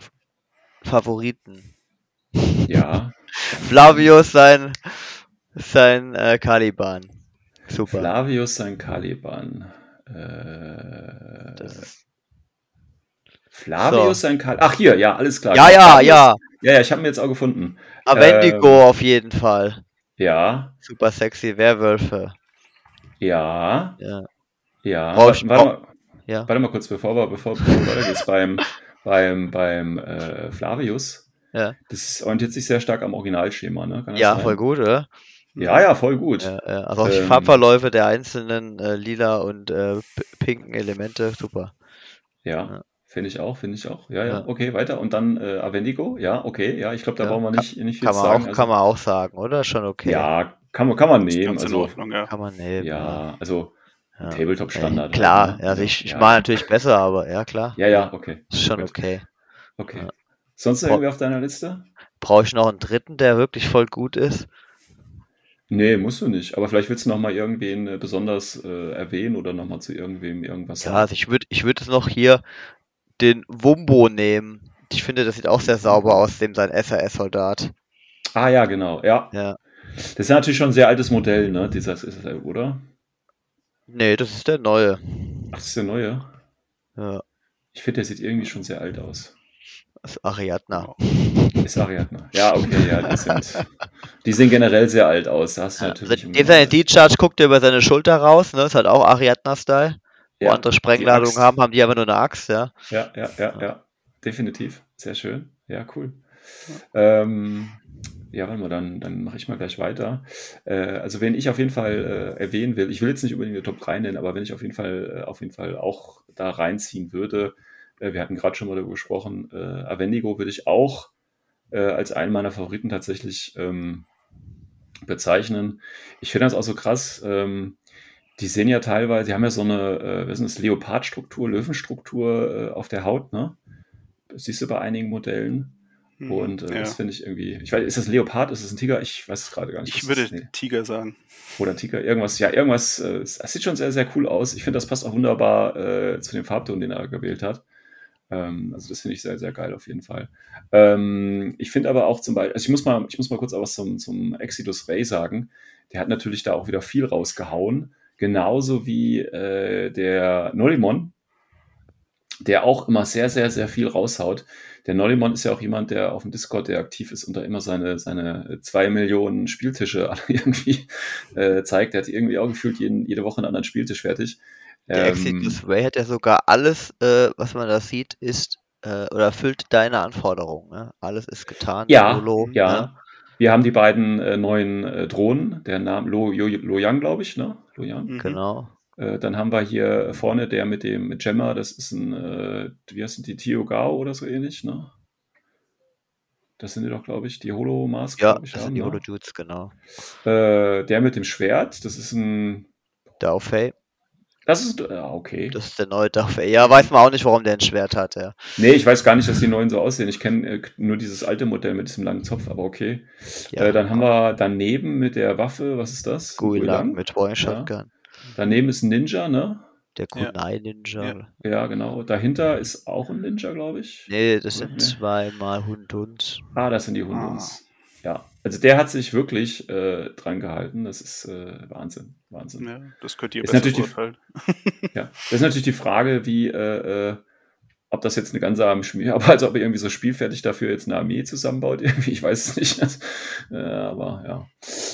Favoriten. Ja. Flavius sein, sein äh, Caliban. Super. Flavius sein Caliban. Äh, Das ist, Flavius so. sein Caliban. Ach, hier, ja, alles klar. Ja, ja, Flavius, ja. Ja, ja, ich habe ihn jetzt auch gefunden. Avendigo Ähm, auf jeden Fall. ja, Super sexy Werwölfe. ja, Ja. ja. Brauch Warte, ich- warte, mal, Ja. warte mal kurz, bevor, wir, bevor, bevor du weitergehst. beim beim, beim äh, Flavius, Ja. das orientiert sich sehr stark am Originalschema, ne? Kann das Ja, sein? voll gut, oder? Ja, ja, voll gut. Ja, ja. Also auch die Ähm, Farbverläufe der einzelnen äh, lila und äh, p- pinken Elemente, super. Ja, Ja. finde ich auch, finde ich auch. Ja, ja, Ja. okay, weiter. Und dann äh, Avendigo, ja, okay, ja, ich glaube, da Ja, brauchen wir nicht, nicht viel Kann zu man, sagen. auch, Also, kann man auch sagen, oder? Schon okay. ja, kann man, kann man Ist nehmen. ganz in Also, Ordnung, ja. Kann man nehmen. ja, also Ja. Tabletop-Standard. Äh, Klar, halt, ne? also ich, ich ja, mal ja. natürlich besser, aber ja, klar. Ja, ja, okay. Ist schon Gut. okay. Okay. Ja. Sonst Bra- irgendwie auf deiner Liste? Brauche ich noch einen dritten, der wirklich voll gut ist? Nee, musst du nicht. Aber vielleicht willst du noch mal irgendwen äh, besonders äh, erwähnen oder noch mal zu irgendwem irgendwas Ja, sagen. also ich würde ich würd jetzt noch hier den Wumbo nehmen. Ich finde, das sieht auch sehr sauber aus, dem sein S R S-Soldat. Ah ja, genau. Ja. Ja. Das ist ja natürlich schon ein sehr altes Modell, ne? Dieses ist es, oder? Nee, das ist der neue. Ach, das ist der neue. Ja, Ich finde, der sieht irgendwie schon sehr alt aus. das ist Ariadna. Ist Ariadne. Ja, okay, ja, die sind, die sehen generell sehr alt aus. Da hast du Ja, natürlich also immer dieser mal- D-Charge guckt ja über seine Schulter raus, ne? Ist halt auch Ariadna-Style. Wo ja, andere die Sprengladungen Axt. haben, haben die aber nur eine Axt, ja. Ja, ja, ja, ja. Definitiv. Sehr schön. Ja, cool. Ähm, Ja, warte mal, dann, dann mache ich mal gleich weiter. Äh, also wen ich auf jeden Fall äh, erwähnen will, ich will jetzt nicht unbedingt eine Top drei nennen, aber wenn ich auf jeden Fall, äh, auf jeden Fall auch da reinziehen würde, äh, wir hatten gerade schon mal darüber gesprochen, äh, Avendigo würde ich auch äh, als einen meiner Favoriten tatsächlich ähm, bezeichnen. Ich finde das auch so krass. Ähm, die sehen ja teilweise, die haben ja so eine, äh, was ist das, Leopardstruktur, Löwenstruktur äh, auf der Haut, ne? Das siehst du bei einigen Modellen. Mhm. Und äh, das Ja. finde ich irgendwie, ich weiß, ist das ein Leopard, ist das ein Tiger? Ich weiß es gerade gar nicht. Ich was würde das ist. Nee. Tiger sagen. Oder Tiger, irgendwas, ja, irgendwas, äh, es es sieht schon sehr, sehr cool aus. Ich finde, das passt auch wunderbar äh, zu dem Farbton, den er gewählt hat. Ähm, also das finde ich sehr, sehr geil auf jeden Fall. Ähm, ich finde aber auch zum Beispiel, also ich muss mal, ich muss mal kurz auch was zum, zum Exodus Ray sagen. Der hat natürlich da auch wieder viel rausgehauen. Genauso wie äh, der Nolimon, der auch immer sehr, sehr, sehr viel raushaut. Der Nolimon ist ja auch jemand, der auf dem Discord, der aktiv ist und da immer seine, seine zwei Millionen Spieltische irgendwie äh, zeigt. Der hat irgendwie auch gefühlt jeden, jede Woche einen anderen Spieltisch fertig. Der Ähm, Exodus Ray hat ja sogar alles, äh, was man da sieht, ist äh, oder erfüllt deine Anforderungen. Ne? Alles ist getan, ja, YOLO. Ne? ja. Wir haben die beiden äh, neuen äh, Drohnen, der Name Lo, Lo, Lo Yang, glaube ich, ne? Lo Yang. Mhm. Genau. Äh, dann haben wir hier vorne der mit dem Gemma, das ist ein, äh, wie heißt die, Tio Gao oder so ähnlich, ne? Das sind die doch, glaube ich, die Holo-Mask, Ja, glaube ich, das sind haben, die ne? Holo-Dudes, genau. Äh, der mit dem Schwert, das ist ein. Dao Fei, Das ist. Ah, okay. das ist der neue Dao Fei. Ja, weiß man auch nicht, warum der ein Schwert hat, ja. Nee, ich weiß gar nicht, dass die neuen so aussehen. Ich kenne äh, nur dieses alte Modell mit diesem langen Zopf, aber okay. Ja, Äh, dann haben wir daneben mit der Waffe, was ist das? Ein Gui Lang Guilang? mit Point Ja. Shotgun. Daneben ist ein Ninja, ne? Der Ja. Kunai Ninja. Ja. Ja, genau. Dahinter ist auch ein Ninja, glaube ich. Nee, das Oder? sind Nee. zweimal Hunduns. Ah, das sind die Hunduns. Ja, also der hat sich wirklich äh, dran gehalten. Das ist äh, Wahnsinn, Wahnsinn. Ja, das könnt ihr Ist besser natürlich die- beurteilen. Ja, das ist natürlich die Frage, wie, äh, äh, ob das jetzt eine ganze Armee Schmied, aber als ob er irgendwie so spielfertig dafür jetzt eine Armee zusammenbaut, irgendwie, ich weiß es nicht. äh, aber ja.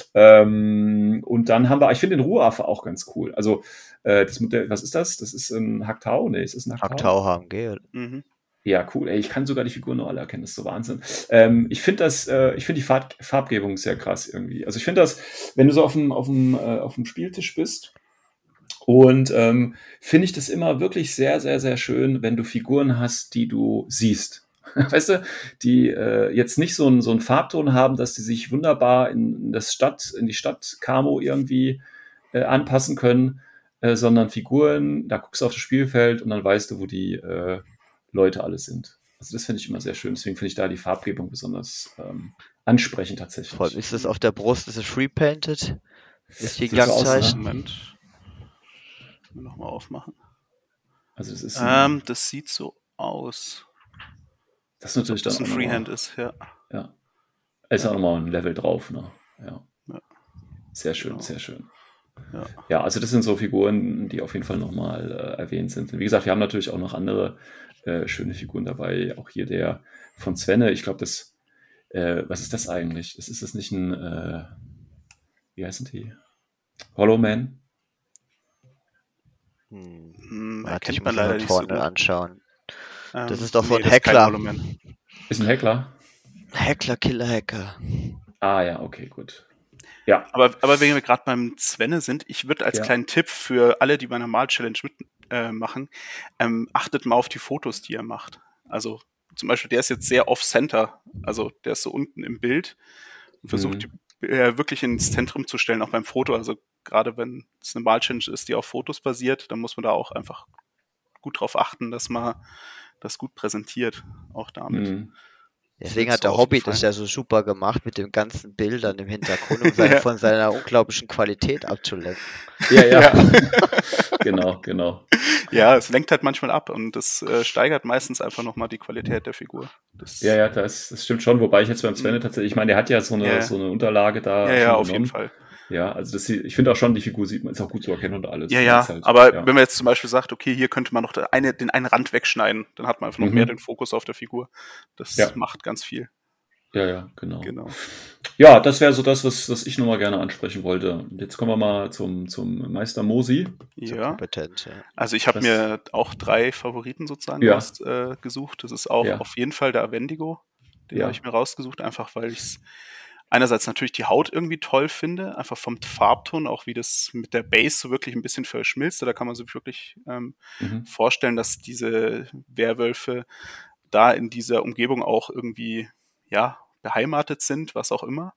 Ähm, und dann haben wir, ich finde den Ruhraffe auch ganz cool. Also, äh, das Modell, was ist das? Das ist ein Haktau? Nee, ist das ein Haktau? Haktau H M G. Mhm. Ja, cool. Ey, ich kann sogar die Figuren noch alle erkennen. Das ist so Wahnsinn. Ähm, ich finde das, äh, ich finde die Farb Farbgebung sehr krass irgendwie. Also ich finde das, wenn du so auf dem, auf dem, äh, auf dem Spieltisch bist, und ähm, finde ich das immer wirklich sehr, sehr, sehr schön, wenn du Figuren hast, die du siehst. Weißt du, die äh, jetzt nicht so einen, so einen Farbton haben, dass die sich wunderbar in das Stadt, in die Stadt Camo irgendwie äh, anpassen können, äh, sondern Figuren, da guckst du auf das Spielfeld und dann weißt du, wo die äh, Leute alle sind. Also das finde ich immer sehr schön. Deswegen finde ich da die Farbgebung besonders ähm, ansprechend tatsächlich. Vor allem ist das auf der Brust, ist es free-painted? Ist die Sieht so aus, Gangzeichen? ne? Moment. Nochmal aufmachen. Also das ist, ein, Ähm, das sieht so aus, das ist als ob natürlich das dann ein auch noch mal- Freehand ist, ja. Ja. Ist Ja. auch nochmal ein Level drauf, ne? Ja. Ja. Sehr schön, Genau. sehr schön. Ja. Ja, also das sind so Figuren, die auf jeden Fall nochmal äh, erwähnt sind. Wie gesagt, wir haben natürlich auch noch andere äh, schöne Figuren dabei. Auch hier der von Svenne, ich glaube, das, äh, was ist das eigentlich? Das ist das nicht ein, äh, wie heißen die? Hollow Man? Hm. Hm, Warte, erkennt ich man muss mir leider von nicht so vorne gut. anschauen. Das Ähm, ist doch so ein das ist kein Heckler. Holoman. Ist ein Heckler? Hackler, Killer, Hacker. Ah ja, okay, gut. Ja, Aber, aber wenn wir gerade beim Svenne sind, ich würde als Ja. kleinen Tipp für alle, die bei einer Mal-Challenge mitmachen, äh, machen, ähm, achtet mal auf die Fotos, die er macht. Also zum Beispiel, der ist jetzt sehr off-center, also der ist so unten im Bild und versucht, Mhm. die äh, wirklich ins Zentrum zu stellen, auch beim Foto. Also gerade wenn es eine Mal-Challenge ist, die auf Fotos basiert, dann muss man da auch einfach gut drauf achten, dass man das gut präsentiert, auch damit. Mhm. Deswegen mir hat der so Hobbit das aufgefallen. ja so super gemacht mit den ganzen Bildern im Hintergrund, um seine, Ja. von seiner unglaublichen Qualität abzulenken. Ja, ja. genau, genau. Ja, es lenkt halt manchmal ab und das äh, steigert meistens einfach nochmal die Qualität der Figur. Das, Ja, ja, das, das stimmt schon. Wobei ich jetzt beim Svenne Mhm. tatsächlich, ich meine, der hat ja so eine, Ja, ja. so eine Unterlage da ja, ja, schon auf jeden genommen. Fall. Ja, also das, sieht- ich finde auch schon, die Figur sieht man, ist auch gut zu erkennen und alles. Ja, ne, ja, ist halt, aber ja. wenn man jetzt zum Beispiel sagt, okay, hier könnte man noch der eine, den einen Rand wegschneiden, dann hat man einfach noch Mhm. mehr den Fokus auf der Figur. Das Ja. macht ganz viel. Ja, ja, genau. Genau. Ja, das wäre so das, was, was ich nochmal gerne ansprechen wollte. Und jetzt kommen wir mal zum, zum Meister Mosi. So Ja, kompetent, ja. also ich habe Was- mir auch drei Favoriten sozusagen Ja. raus, äh, gesucht. Das ist auch Ja. auf jeden Fall der Avendigo. Den Ja. habe ich mir rausgesucht, einfach weil ich es einerseits natürlich die Haut irgendwie toll finde, einfach vom Farbton, auch wie das mit der Base so wirklich ein bisschen verschmilzt. Da kann man sich wirklich ähm, Mhm. vorstellen, dass diese Werwölfe da in dieser Umgebung auch irgendwie, ja, beheimatet sind, was auch immer.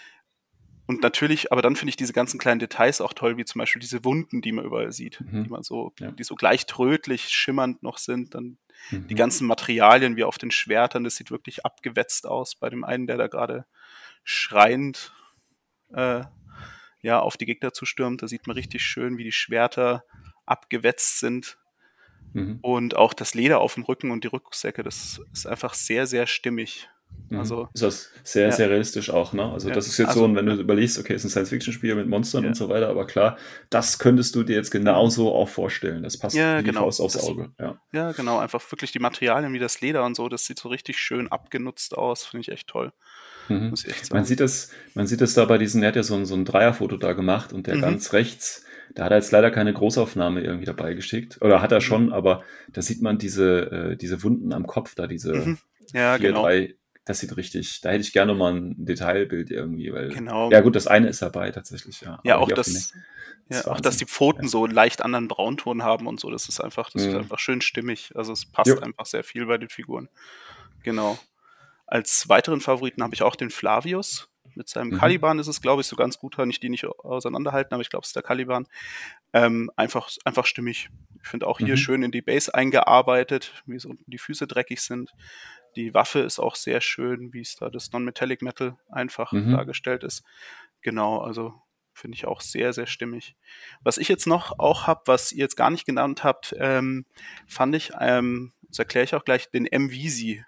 Und natürlich, aber dann finde ich diese ganzen kleinen Details auch toll, wie zum Beispiel diese Wunden, die man überall sieht, Mhm. die man so, Ja. die so leicht rötlich schimmernd noch sind. Dann die Mhm. ganzen Materialien wie auf den Schwertern, das sieht wirklich abgewetzt aus bei dem einen, der da gerade schreiend äh, ja, auf die Gegner zustürmt. Da sieht man richtig schön, wie die Schwerter abgewetzt sind. Mhm. Und auch das Leder auf dem Rücken und die Rücksäcke, das ist einfach sehr, sehr stimmig. Mhm. Also, Ist das sehr, ja. sehr realistisch auch, ne? Also Ja. das ist jetzt Also, so, wenn du ja. überlegst, okay, es ist ein Science-Fiction-Spiel mit Monstern Ja. und so weiter, aber klar, das könntest du dir jetzt genauso auch vorstellen. Das passt Ja, wie die genau. Faust aufs Das- Auge. Ja. Ja, genau, einfach wirklich die Materialien wie das Leder und so, das sieht so richtig schön abgenutzt aus, finde ich echt toll. Mhm. Muss ich echt Man sagen. sieht das, man sieht das da bei diesen, er hat ja so ein, so ein Dreierfoto da gemacht und der Mhm. ganz rechts, da hat er jetzt leider keine Großaufnahme irgendwie dabei geschickt. Oder hat er Mhm. schon, aber da sieht man diese, äh, diese Wunden am Kopf, da diese Mhm. Ja, vier, genau. drei, das sieht richtig, da hätte ich gerne mal ein Detailbild irgendwie, weil, Genau. ja gut, das eine ist dabei tatsächlich, ja. Ja, Aber auch hier auf die das, Nähe ja, ist auch dass die Wahnsinn. Pfoten Ja. so einen leicht anderen Braunton haben und so, das ist einfach, das ist Mhm. einfach schön stimmig. Also es passt Jo. einfach sehr viel bei den Figuren. Genau. Als weiteren Favoriten habe ich auch den Flavius. Mit seinem Mhm. Caliban ist es, glaube ich, so ganz gut, kann ich die nicht auseinanderhalten, aber ich glaube, es ist der Caliban. Ähm, einfach, einfach stimmig. Ich finde auch hier Mhm. schön in die Base eingearbeitet, wie so unten die Füße dreckig sind. Die Waffe ist auch sehr schön, wie es da das Non-Metallic Metal einfach Mhm. dargestellt ist. Genau, also finde ich auch sehr, sehr stimmig. Was ich jetzt noch auch habe, was ihr jetzt gar nicht genannt habt, ähm, fand ich, ähm, das erkläre ich auch gleich, den M-Visi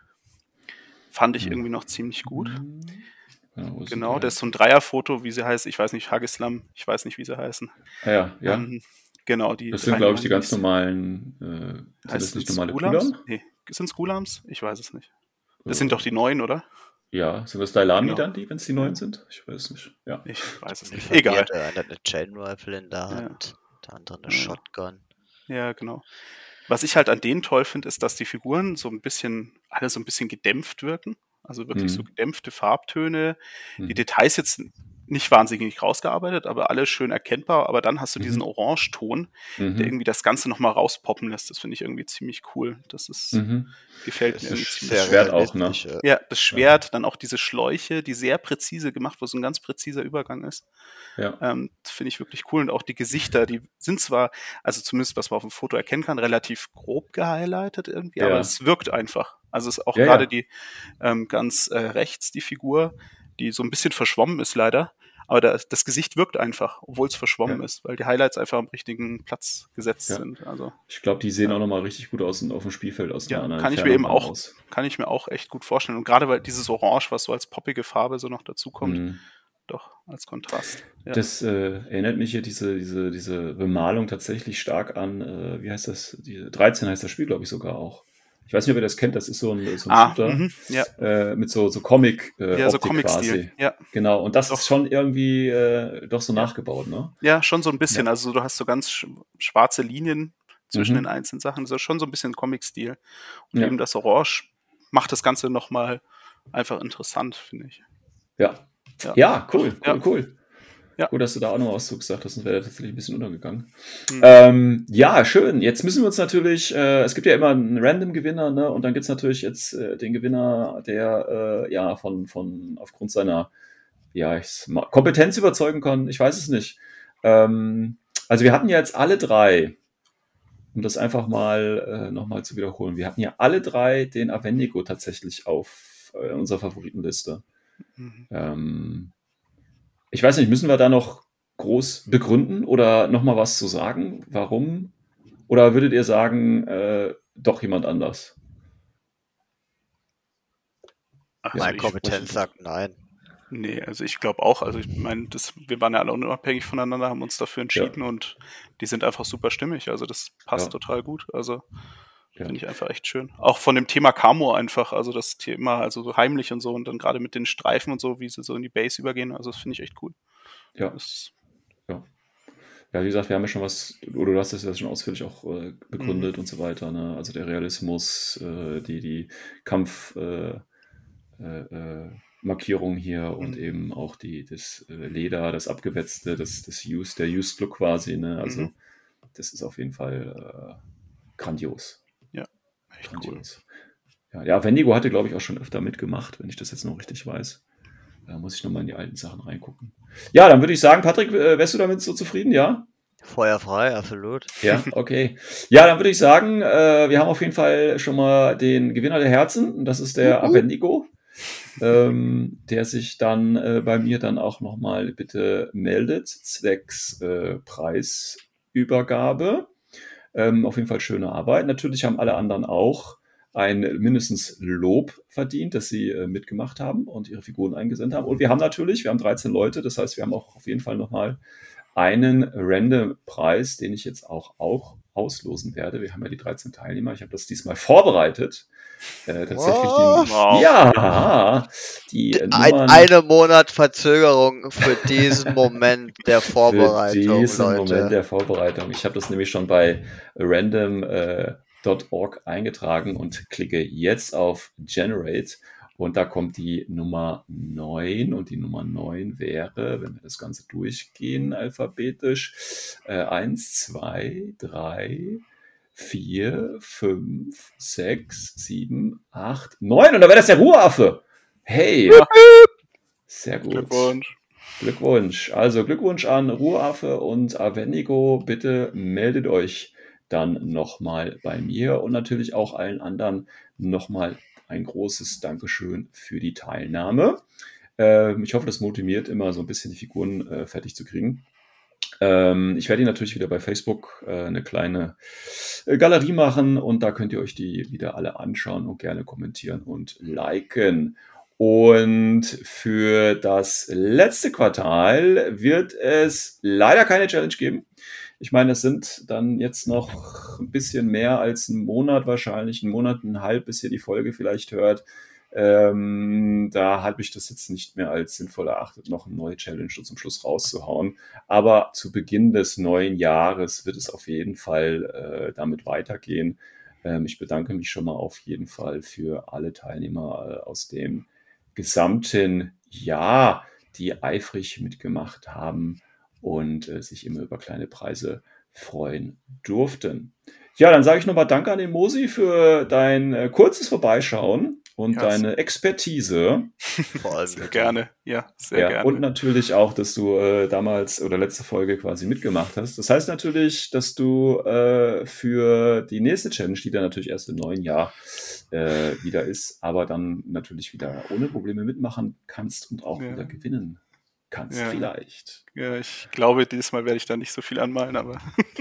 fand ich Ja. irgendwie noch ziemlich gut. Ja, wo sind Genau, die das ist so ein eigentlich? Dreierfoto, wie sie heißt, ich weiß nicht, Hagislam, ich weiß nicht, wie sie heißen. Ah ja, ja. Ähm, genau, die Das drei sind, glaube ich, die neuen ganz Minis. normalen, äh, sind das Heißt nicht es normale Gulams? Kulam? Nee, sind es Gulams? Ich weiß es nicht. Das Äh, sind doch die neuen, oder? ja, sind das Dailami Genau. dann die, wenn es die neuen sind? Ich weiß nicht. Ja. Ich weiß es Mir nicht. verliert Egal. der eine hat eine Chain Rifle in der Ja. Hand, der andere eine Ja. Shotgun. Ja, genau. Was ich halt an denen toll finde, ist, dass die Figuren so ein bisschen, alle so ein bisschen gedämpft wirken. Also wirklich so Mhm. gedämpfte Farbtöne. Die Mhm. Details jetzt nicht wahnsinnig rausgearbeitet, aber alle schön erkennbar. Aber dann hast du diesen Mhm. Orangeton, der Mhm. irgendwie das Ganze nochmal rauspoppen lässt. Das finde ich irgendwie ziemlich cool. Das ist, Mhm. gefällt Das mir irgendwie ist ziemlich. sehr Schwert auch, ne? realistisch. Ja. Ja, das Schwert, dann auch diese Schläuche, die sehr präzise gemacht, wo so ein ganz präziser Übergang ist. Ja. Ähm, das finde ich wirklich cool. Und auch die Gesichter, die sind zwar, also zumindest was man auf dem Foto erkennen kann, relativ grob gehighlightet irgendwie, aber Ja. es wirkt einfach. Also es ist auch Ja, gerade ja. die ähm, ganz äh, rechts, die Figur, die so ein bisschen verschwommen ist leider, aber da, das Gesicht wirkt einfach, obwohl es verschwommen Ja. ist, weil die Highlights einfach am richtigen Platz gesetzt Ja. sind. Also Ich glaube, die sehen Ja. auch nochmal richtig gut aus auf dem Spielfeld aus einer ja, anderen kann ich mir Entfernung eben dann auch, aus. kann ich mir auch echt gut vorstellen. Und gerade weil dieses Orange, was so als poppige Farbe so noch dazukommt, Mhm. doch als Kontrast. Ja. Das äh, erinnert mich hier, diese, diese, diese Bemalung tatsächlich stark an, äh, wie heißt das? Die, dreizehn heißt das Spiel, glaube ich, sogar auch. Ich weiß nicht, ob ihr das kennt, das ist so ein, so ein Ah, Shooter mhm, ja. äh, mit so, so Comic-Optik Ja, so quasi. Comic-Stil. Ja, Genau, und das doch. ist schon irgendwie äh, doch so Ja. nachgebaut, ne? Ja, schon so ein bisschen. Ja. Also du hast so ganz sch schwarze Linien zwischen den Mhm. einzelnen Sachen. Das ist schon so ein bisschen Comic-Stil. Und Ja. eben das Orange macht das Ganze nochmal einfach interessant, finde ich. Ja. Ja. Ja, cool, Doch, cool, ja. cool. Ja. Gut, dass du da auch noch was zu gesagt hast, sonst wäre der tatsächlich ein bisschen untergegangen. Hm. Ähm, ja, schön. Jetzt müssen wir uns natürlich, äh, es gibt ja immer einen Random-Gewinner, ne? Und dann gibt es natürlich jetzt äh, den Gewinner, der äh, ja von, von aufgrund seiner ja, ich, Kompetenz überzeugen kann. Ich weiß es nicht. Ähm, also wir hatten ja jetzt alle drei, um das einfach mal äh, nochmal zu wiederholen, wir hatten ja alle drei den Avendigo tatsächlich auf äh, unserer Favoritenliste. Mhm. Ähm, ich weiß nicht, müssen wir da noch groß begründen oder nochmal was zu sagen? Warum? Oder würdet ihr sagen, äh, doch jemand anders? Also Meine ich, Kompetenz sagt nein. nee, also ich glaube auch. Also ich meine, das, wir waren ja alle unabhängig voneinander, haben uns dafür entschieden und die sind einfach super stimmig. Also das passt Ja. total gut. Also Ja. finde ich einfach echt schön. Auch von dem Thema Camo einfach, also das Thema, also so heimlich und so und dann gerade mit den Streifen und so, wie sie so in die Base übergehen, also das finde ich echt cool. Ja. Das, Ja. Ja, wie gesagt, wir haben ja schon was, oder du hast das ja schon ausführlich auch äh, begründet und so weiter, ne? Also der Realismus, äh, die, die Kampf, äh, äh, äh, Markierung hier und Mhm. eben auch die, das äh, Leder, das abgewetzte, das, das Used, der Used Look quasi. Ne? Also Mhm. das ist auf jeden Fall äh, grandios. Ja, echt cool. Grandios. Ja, ja, Wendigo hatte, glaube ich, auch schon öfter mitgemacht, wenn ich das jetzt noch richtig weiß. Da muss ich nochmal in die alten Sachen reingucken. Ja, dann würde ich sagen, Patrick, äh, wärst du damit so zufrieden, ja? Feuerfrei, absolut. Ja, okay. Ja, dann würde ich sagen, äh, wir haben auf jeden Fall schon mal den Gewinner der Herzen, und das ist der Avendigo, ähm, der sich dann äh, bei mir dann auch nochmal bitte meldet, zwecks äh, Preisübergabe. Ähm, auf jeden Fall schöne Arbeit. Natürlich haben alle anderen auch ein mindestens Lob verdient, dass sie äh, mitgemacht haben und ihre Figuren eingesendet haben. Und wir haben natürlich, wir haben dreizehn Leute, das heißt, wir haben auch auf jeden Fall nochmal einen Random-Preis, den ich jetzt auch, auch auslosen werde. Wir haben ja die dreizehn Teilnehmer. Ich habe das diesmal vorbereitet. Äh, tatsächlich Wow. die, Wow. ja, die äh, Ein, Nummern eine Monat Verzögerung für diesen Moment der für Vorbereitung, diesen Leute. Moment der Vorbereitung. Ich habe das nämlich schon bei random Punkt org eingetragen und klicke jetzt auf Generate. Und da kommt die Nummer neun. Und die Nummer neun wäre, wenn wir das Ganze durchgehen, alphabetisch, äh, eins, zwei, drei, vier, fünf, sechs, sieben, acht, neun. Und da wäre das der Ruhraffe. Hey, Ja. sehr gut. Glückwunsch. Glückwunsch. Also Glückwunsch an Ruhraffe und Avendigo. Bitte meldet euch dann nochmal bei mir und natürlich auch allen anderen nochmal ein großes Dankeschön für die Teilnahme. Ähm, ich hoffe, das motiviert immer so ein bisschen die Figuren äh, fertig zu kriegen. Ähm, ich werde hier natürlich wieder bei Facebook äh, eine kleine äh, Galerie machen und da könnt ihr euch die wieder alle anschauen und gerne kommentieren und liken. Und für das letzte Quartal wird es leider keine Challenge geben. Ich meine, es sind dann jetzt noch ein bisschen mehr als ein Monat wahrscheinlich, einen Monat, einen halb, bis ihr die Folge vielleicht hört. Ähm, da habe ich das jetzt nicht mehr als sinnvoll erachtet, noch eine neue Challenge so zum Schluss rauszuhauen. Aber zu Beginn des neuen Jahres wird es auf jeden Fall äh, damit weitergehen. Ähm, ich bedanke mich schon mal auf jeden Fall für alle Teilnehmer äh, aus dem gesamten Jahr, die eifrig mitgemacht haben und äh, sich immer über kleine Preise freuen durften. Ja, dann sage ich nochmal Danke an den Mosi für dein äh, kurzes Vorbeischauen und Ja, deine Expertise. Vor allem Sehr bitte. gerne. Ja, sehr Ja, gerne. und natürlich auch, dass du äh, damals oder letzte Folge quasi mitgemacht hast. Das heißt natürlich, dass du äh, für die nächste Challenge, die dann natürlich erst im neuen Jahr äh, wieder ist, aber dann natürlich wieder ohne Probleme mitmachen kannst und auch Ja. wieder gewinnen kannst, Ja. vielleicht. Ja, ich glaube, dieses Mal werde ich da nicht so viel anmalen, aber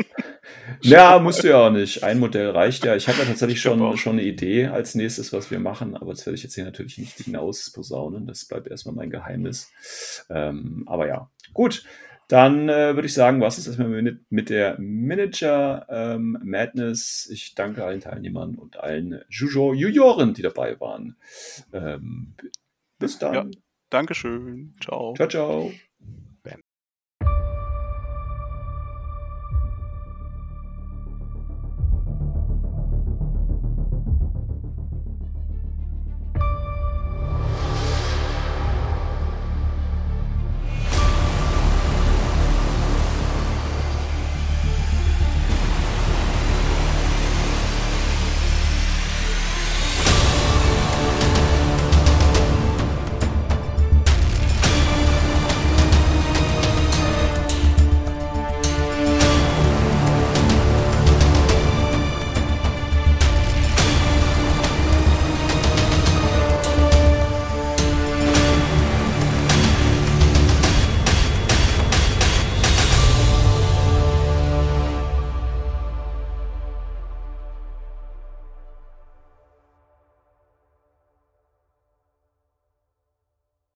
Ja, musst du ja auch nicht. Ein Modell reicht ja. Ich habe ja tatsächlich Ich glaub schon, auch. schon eine Idee als nächstes, was wir machen, aber das werde ich jetzt hier natürlich nicht hinaus posaunen. Das bleibt erstmal mein Geheimnis. Ähm, aber ja, gut. Dann äh, würde ich sagen, was ist erstmal mit, mit der Manager ähm, Madness. Ich danke allen Teilnehmern und allen Jujo Juroren, die dabei waren. Ähm, bis dann. Ja, Dankeschön. Ciao. Ciao, ciao.